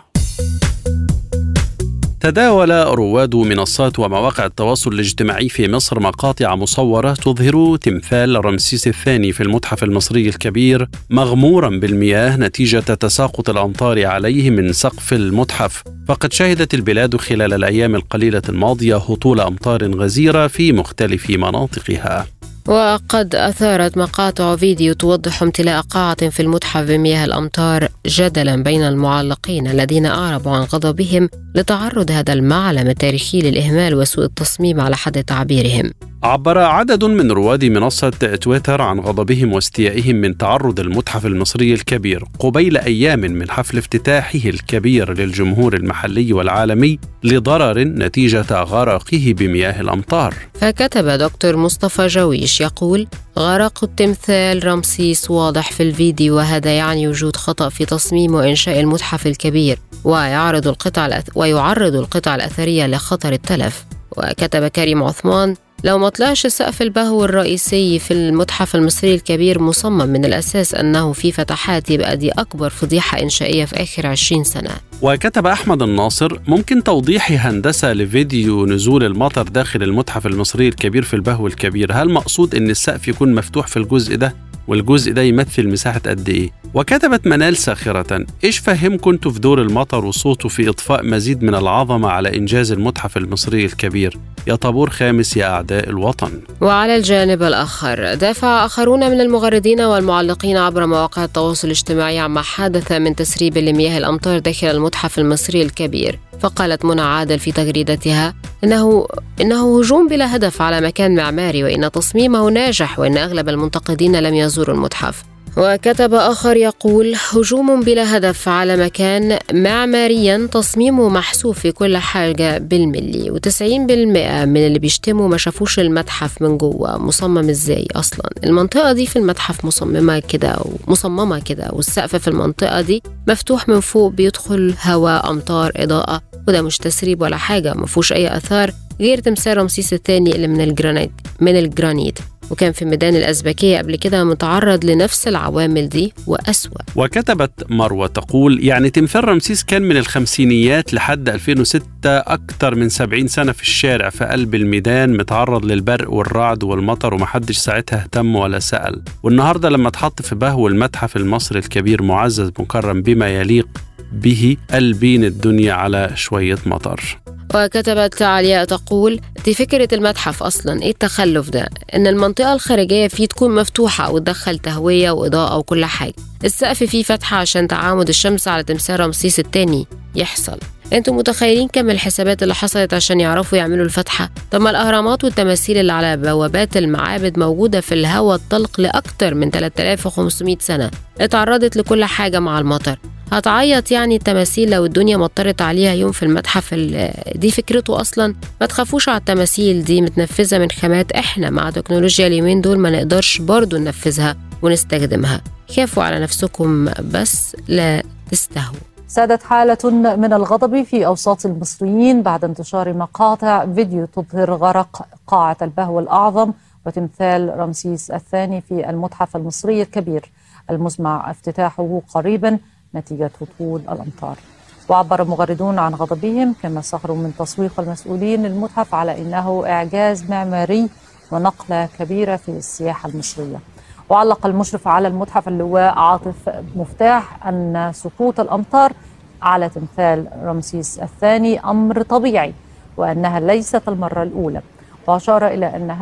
تداول رواد منصات ومواقع التواصل الاجتماعي في مصر مقاطع مصورة تظهر تمثال رمسيس الثاني في المتحف المصري الكبير مغمورا بالمياه نتيجة تساقط الأمطار عليه من سقف المتحف. فقد شهدت البلاد خلال الأيام القليلة الماضية هطول أمطار غزيرة في مختلف مناطقها. وقد أثارت مقاطع فيديو توضح امتلاء قاعة في المتحف بمياه الأمطار جدلا بين المعلقين الذين أعربوا عن غضبهم لتعرض هذا المعلم التاريخي للإهمال وسوء التصميم على حد تعبيرهم. عبر عدد من رواد منصة تويتر عن غضبهم واستيائهم من تعرض المتحف المصري الكبير قبيل أيام من حفل افتتاحه الكبير للجمهور المحلي والعالمي لضرر نتيجة غرقه بمياه الأمطار. فكتب دكتور مصطفى جويش يقول: غرق التمثال رمسيس واضح في الفيديو، وهذا يعني وجود خطأ في تصميم وإنشاء المتحف الكبير، ويعرض القطع الأثرية لخطر التلف. وكتب كريم عثمان: لو ما طلعش سقف البهو الرئيسي في المتحف المصري الكبير مصمم من الأساس أنه في فتحات، يبقى دي أكبر فضيحة إنشائية في آخر 20 سنة. وكتب أحمد الناصر: ممكن توضيح هندسة لفيديو نزول المطر داخل المتحف المصري الكبير في البهو الكبير؟ هل مقصود أن السقف يكون مفتوح في الجزء ده؟ والجزء ده يمثل مساحة قد إيه؟ وكتبت منال ساخرة: إيش فهمكم انتوا في دور المطر وصوته في إضفاء مزيد من العظمة على إنجاز المتحف المصري الكبير؟ يا طابور خامس يا أعداء الوطن. وعلى الجانب الآخر دافع آخرون من المغردين والمعلقين عبر مواقع التواصل الاجتماعي عما حدث من تسريب لمياه الأمطار داخل المتحف المصري الكبير. فقالت منى عادل في تغريدتها إنه هجوم بلا هدف على مكان معماري، وإن تصميمه ناجح، وإن أغلب المنتقدين لم يزوروا المتحف. وكتب آخر يقول: هجوم بلا هدف على مكان معماريا تصميمه محسوب في كل حاجة بالملي، و90% من اللي بيشتموا ما شافوش المتحف من جوه مصمم ازاي. أصلا المنطقة دي في المتحف مصممة كده، والسقف في المنطقة دي مفتوح من فوق، بيدخل هواء، أمطار، إضاءة، وده مش تسريب ولا حاجة، مفهوش أي أثار غير تمثال رمسيس الثاني اللي من الجرانيت، وكان في ميدان الأزبكية قبل كده متعرض لنفس العوامل دي وأسوأ. وكتبت مروة تقول: يعني تمثال رمسيس كان من الخمسينيات لحد 2006، أكتر من 70 سنة في الشارع في قلب الميدان، متعرض للبرق والرعد والمطر، ومحدش ساعتها اهتم ولا سأل. والنهاردة لما اتحط في بهو المتحف المصري الكبير معزز مكرم بما يليق به، قلبين الدنيا على شوية مطر. وكتبت علياء تقول: دي فكرة المتحف أصلا، إيه التخلف ده؟ إن المنطقة الخارجية فيه تكون مفتوحة وتدخل تهوية وإضاءة وكل حاجة، السقف فيه فتحة عشان تعامد الشمس على تمثال رمسيس الثاني يحصل. انتوا متخيلين كم الحسابات اللي حصلت عشان يعرفوا يعملوا الفتحة؟ طب ما الأهرامات والتماثيل اللي على بوابات المعابد موجودة في الهواء الطلق لأكتر من 3500 سنة، اتعرضت لكل حاجة مع المطر. هتعيط يعني التماثيل لو الدنيا مطرت عليها يوم في المتحف؟ دي فكرته أصلا. ما تخافوش على التماثيل دي، متنفذة من خامات احنا مع تكنولوجيا اليومين دول ما نقدرش برضو ننفذها ونستخدمها. خافوا على نفسكم بس لا تستهوا. سادت حالة من الغضب في أوساط المصريين بعد انتشار مقاطع فيديو تظهر غرق قاعة البهو الأعظم وتمثال رمسيس الثاني في المتحف المصري الكبير. المزمع افتتاحه قريبا نتيجة هطول الأمطار. وعبر المغردون عن غضبهم كما سخروا من تسويق المسؤولين للمتحف على أنه إعجاز معماري ونقلة كبيرة في السياحة المصرية. وعلق المشرف على المتحف اللواء عاطف مفتاح أن سقوط الأمطار على تمثال رمسيس الثاني أمر طبيعي وأنها ليست المرة الأولى، وأشار إلى أن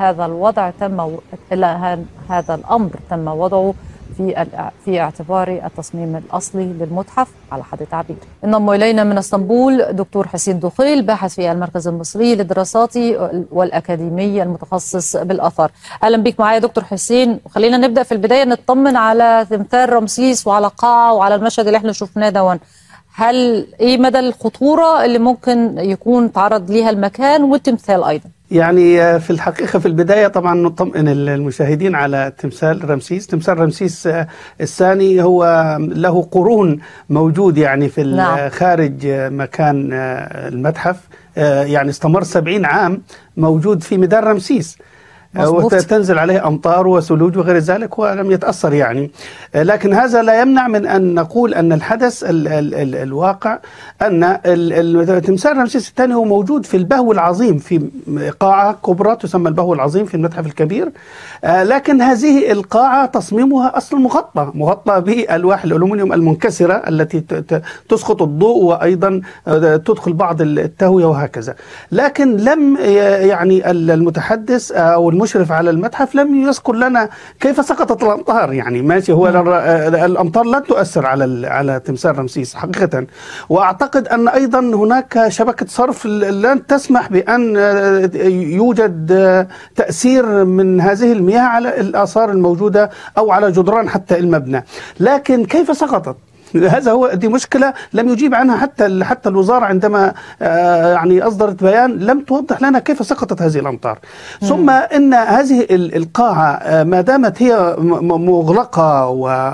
هذا الأمر تم وضعه في اعتبار التصميم الأصلي للمتحف على حد تعبير. انضم إلينا من اسطنبول دكتور حسين دخيل باحث في المركز المصري للدراسات والأكاديمي المتخصص بالأثر. أهلا بك معايا دكتور حسين. وخلينا نبدأ في البداية نطمن على تمثال رمسيس وعلى قاعة وعلى المشهد اللي احنا شفناه دون. ايه مدى الخطورة اللي ممكن يكون تعرض ليها المكان والتمثال أيضا؟ يعني في الحقيقة في البداية طبعا نطمئن المشاهدين على تمثال رمسيس. تمثال رمسيس الثاني هو له قرون موجود يعني في خارج مكان المتحف، يعني استمر 70 عام موجود في ميدان رمسيس وتنزل عليه أمطار وثلوج وغير ذلك ولم يتأثر يعني. لكن هذا لا يمنع من أن نقول أن الحدث الواقع أن تمثال رمسيس الثاني هو موجود في البهو العظيم في قاعة كبرى تسمى البهو العظيم في المتحف الكبير. لكن هذه القاعة تصميمها أصلا مغطى بالواح الألومنيوم المنكسرة التي تسقط الضوء وأيضا تدخل بعض التهوية وهكذا. لكن لم يعني المتحدث أو المشرف على المتحف لم يذكر لنا كيف سقطت الأمطار. يعني ماشي، هو الأمطار لا تؤثر على تمثال رمسيس حقيقة. وأعتقد أن أيضا هناك شبكة صرف لن تسمح بأن يوجد تأثير من هذه المياه على الآثار الموجودة أو على جدران حتى المبنى. لكن كيف سقطت؟ دي مشكلة لم يجيب عنها حتى الوزارة عندما يعني أصدرت بيان لم توضح لنا كيف سقطت هذه الأمطار. ثم إن هذه القاعة ما دامت هي مغلقة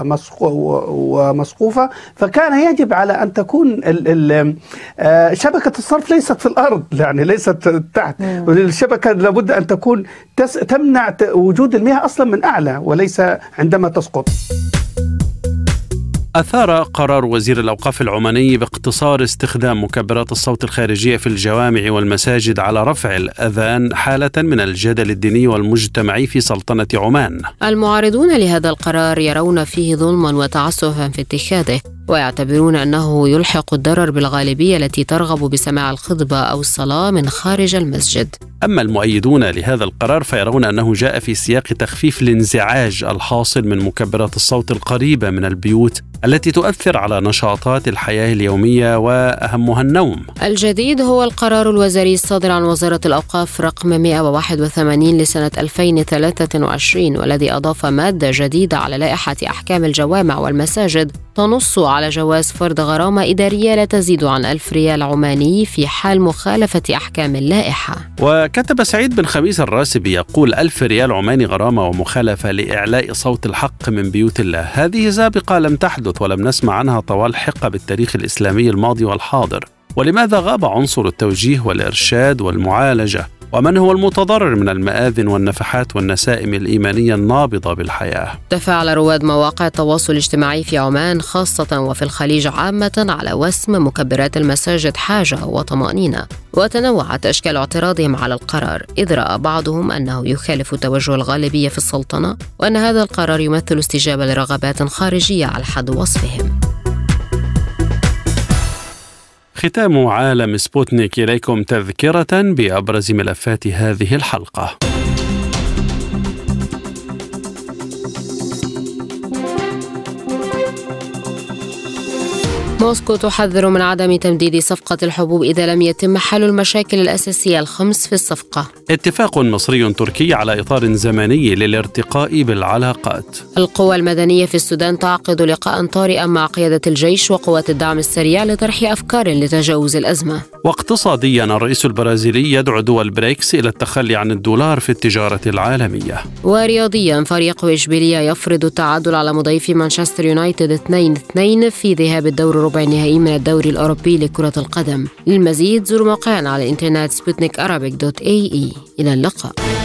ومسقوفة فكان يجب على أن تكون شبكة الصرف ليست في الأرض، يعني ليست تحت. الشبكة لابد أن تكون تمنع وجود المياه أصلا من أعلى وليس عندما تسقط. أثار قرار وزير الأوقاف العماني باقتصار استخدام مكبرات الصوت الخارجية في الجوامع والمساجد على رفع الأذان حالة من الجدل الديني والمجتمعي في سلطنة عمان. المعارضون لهذا القرار يرون فيه ظلما وتعسفا في اتخاذه، ويعتبرون أنه يلحق الضرر بالغالبية التي ترغب بسماع الخطبة أو الصلاة من خارج المسجد. أما المؤيدون لهذا القرار فيرون أنه جاء في سياق تخفيف الانزعاج الحاصل من مكبرات الصوت القريبة من البيوت التي تؤثر على نشاطات الحياة اليومية وأهمها النوم. الجديد هو القرار الوزاري الصادر عن وزارة الأوقاف رقم 181 لسنة 2023، والذي أضاف مادة جديدة على لائحة أحكام الجوامع والمساجد تنص على جواز فرض غرامة إدارية لا تزيد عن 1000 ريال عماني في حال مخالفة أحكام اللائحة. وكتب سعيد بن خميس الراسبي يقول 1000 ريال عماني غرامة ومخالفة لإعلاء صوت الحق من بيوت الله. هذه سابقة لم تحدث ولم نسمع عنها طوال حقب التاريخ الإسلامي الماضي والحاضر. ولماذا غاب عنصر التوجيه والإرشاد والمعالجة؟ ومن هو المتضرر من المآذن والنفحات والنسائم الإيمانية النابضة بالحياة؟ تفاعل رواد مواقع التواصل الاجتماعي في عمان خاصة وفي الخليج عامة على وسم مكبرات المساجد حاجة وطمأنينة، وتنوعت أشكال اعتراضهم على القرار، إذ رأى بعضهم أنه يخالف توجه الغالبية في السلطنة وأن هذا القرار يمثل استجابة لرغبات خارجية على حد وصفهم. ختام عالم سبوتنيك إليكم تذكرة بأبرز ملفات هذه الحلقة. موسكو تحذر من عدم تمديد صفقة الحبوب إذا لم يتم حل المشاكل الأساسية الخمس في الصفقة. اتفاق مصري تركي على إطار زمني للارتقاء بالعلاقات. القوى المدنية في السودان تعقد لقاء طارئا مع قيادة الجيش وقوات الدعم السريع لطرح أفكار لتجاوز الأزمة. واقتصاديا الرئيس البرازيلي يدعو دول بريكس إلى التخلي عن الدولار في التجارة العالمية. ورياضيا فريق إشبيلية يفرض التعادل على مضيف مانشستر يونايتد 2-2 في ذهاب الدور ربع النهائي من الدوري الأوروبي لكرة القدم. للمزيد زوروا موقعنا على الإنترنت sputnikarabic.ae. إلى اللقاء.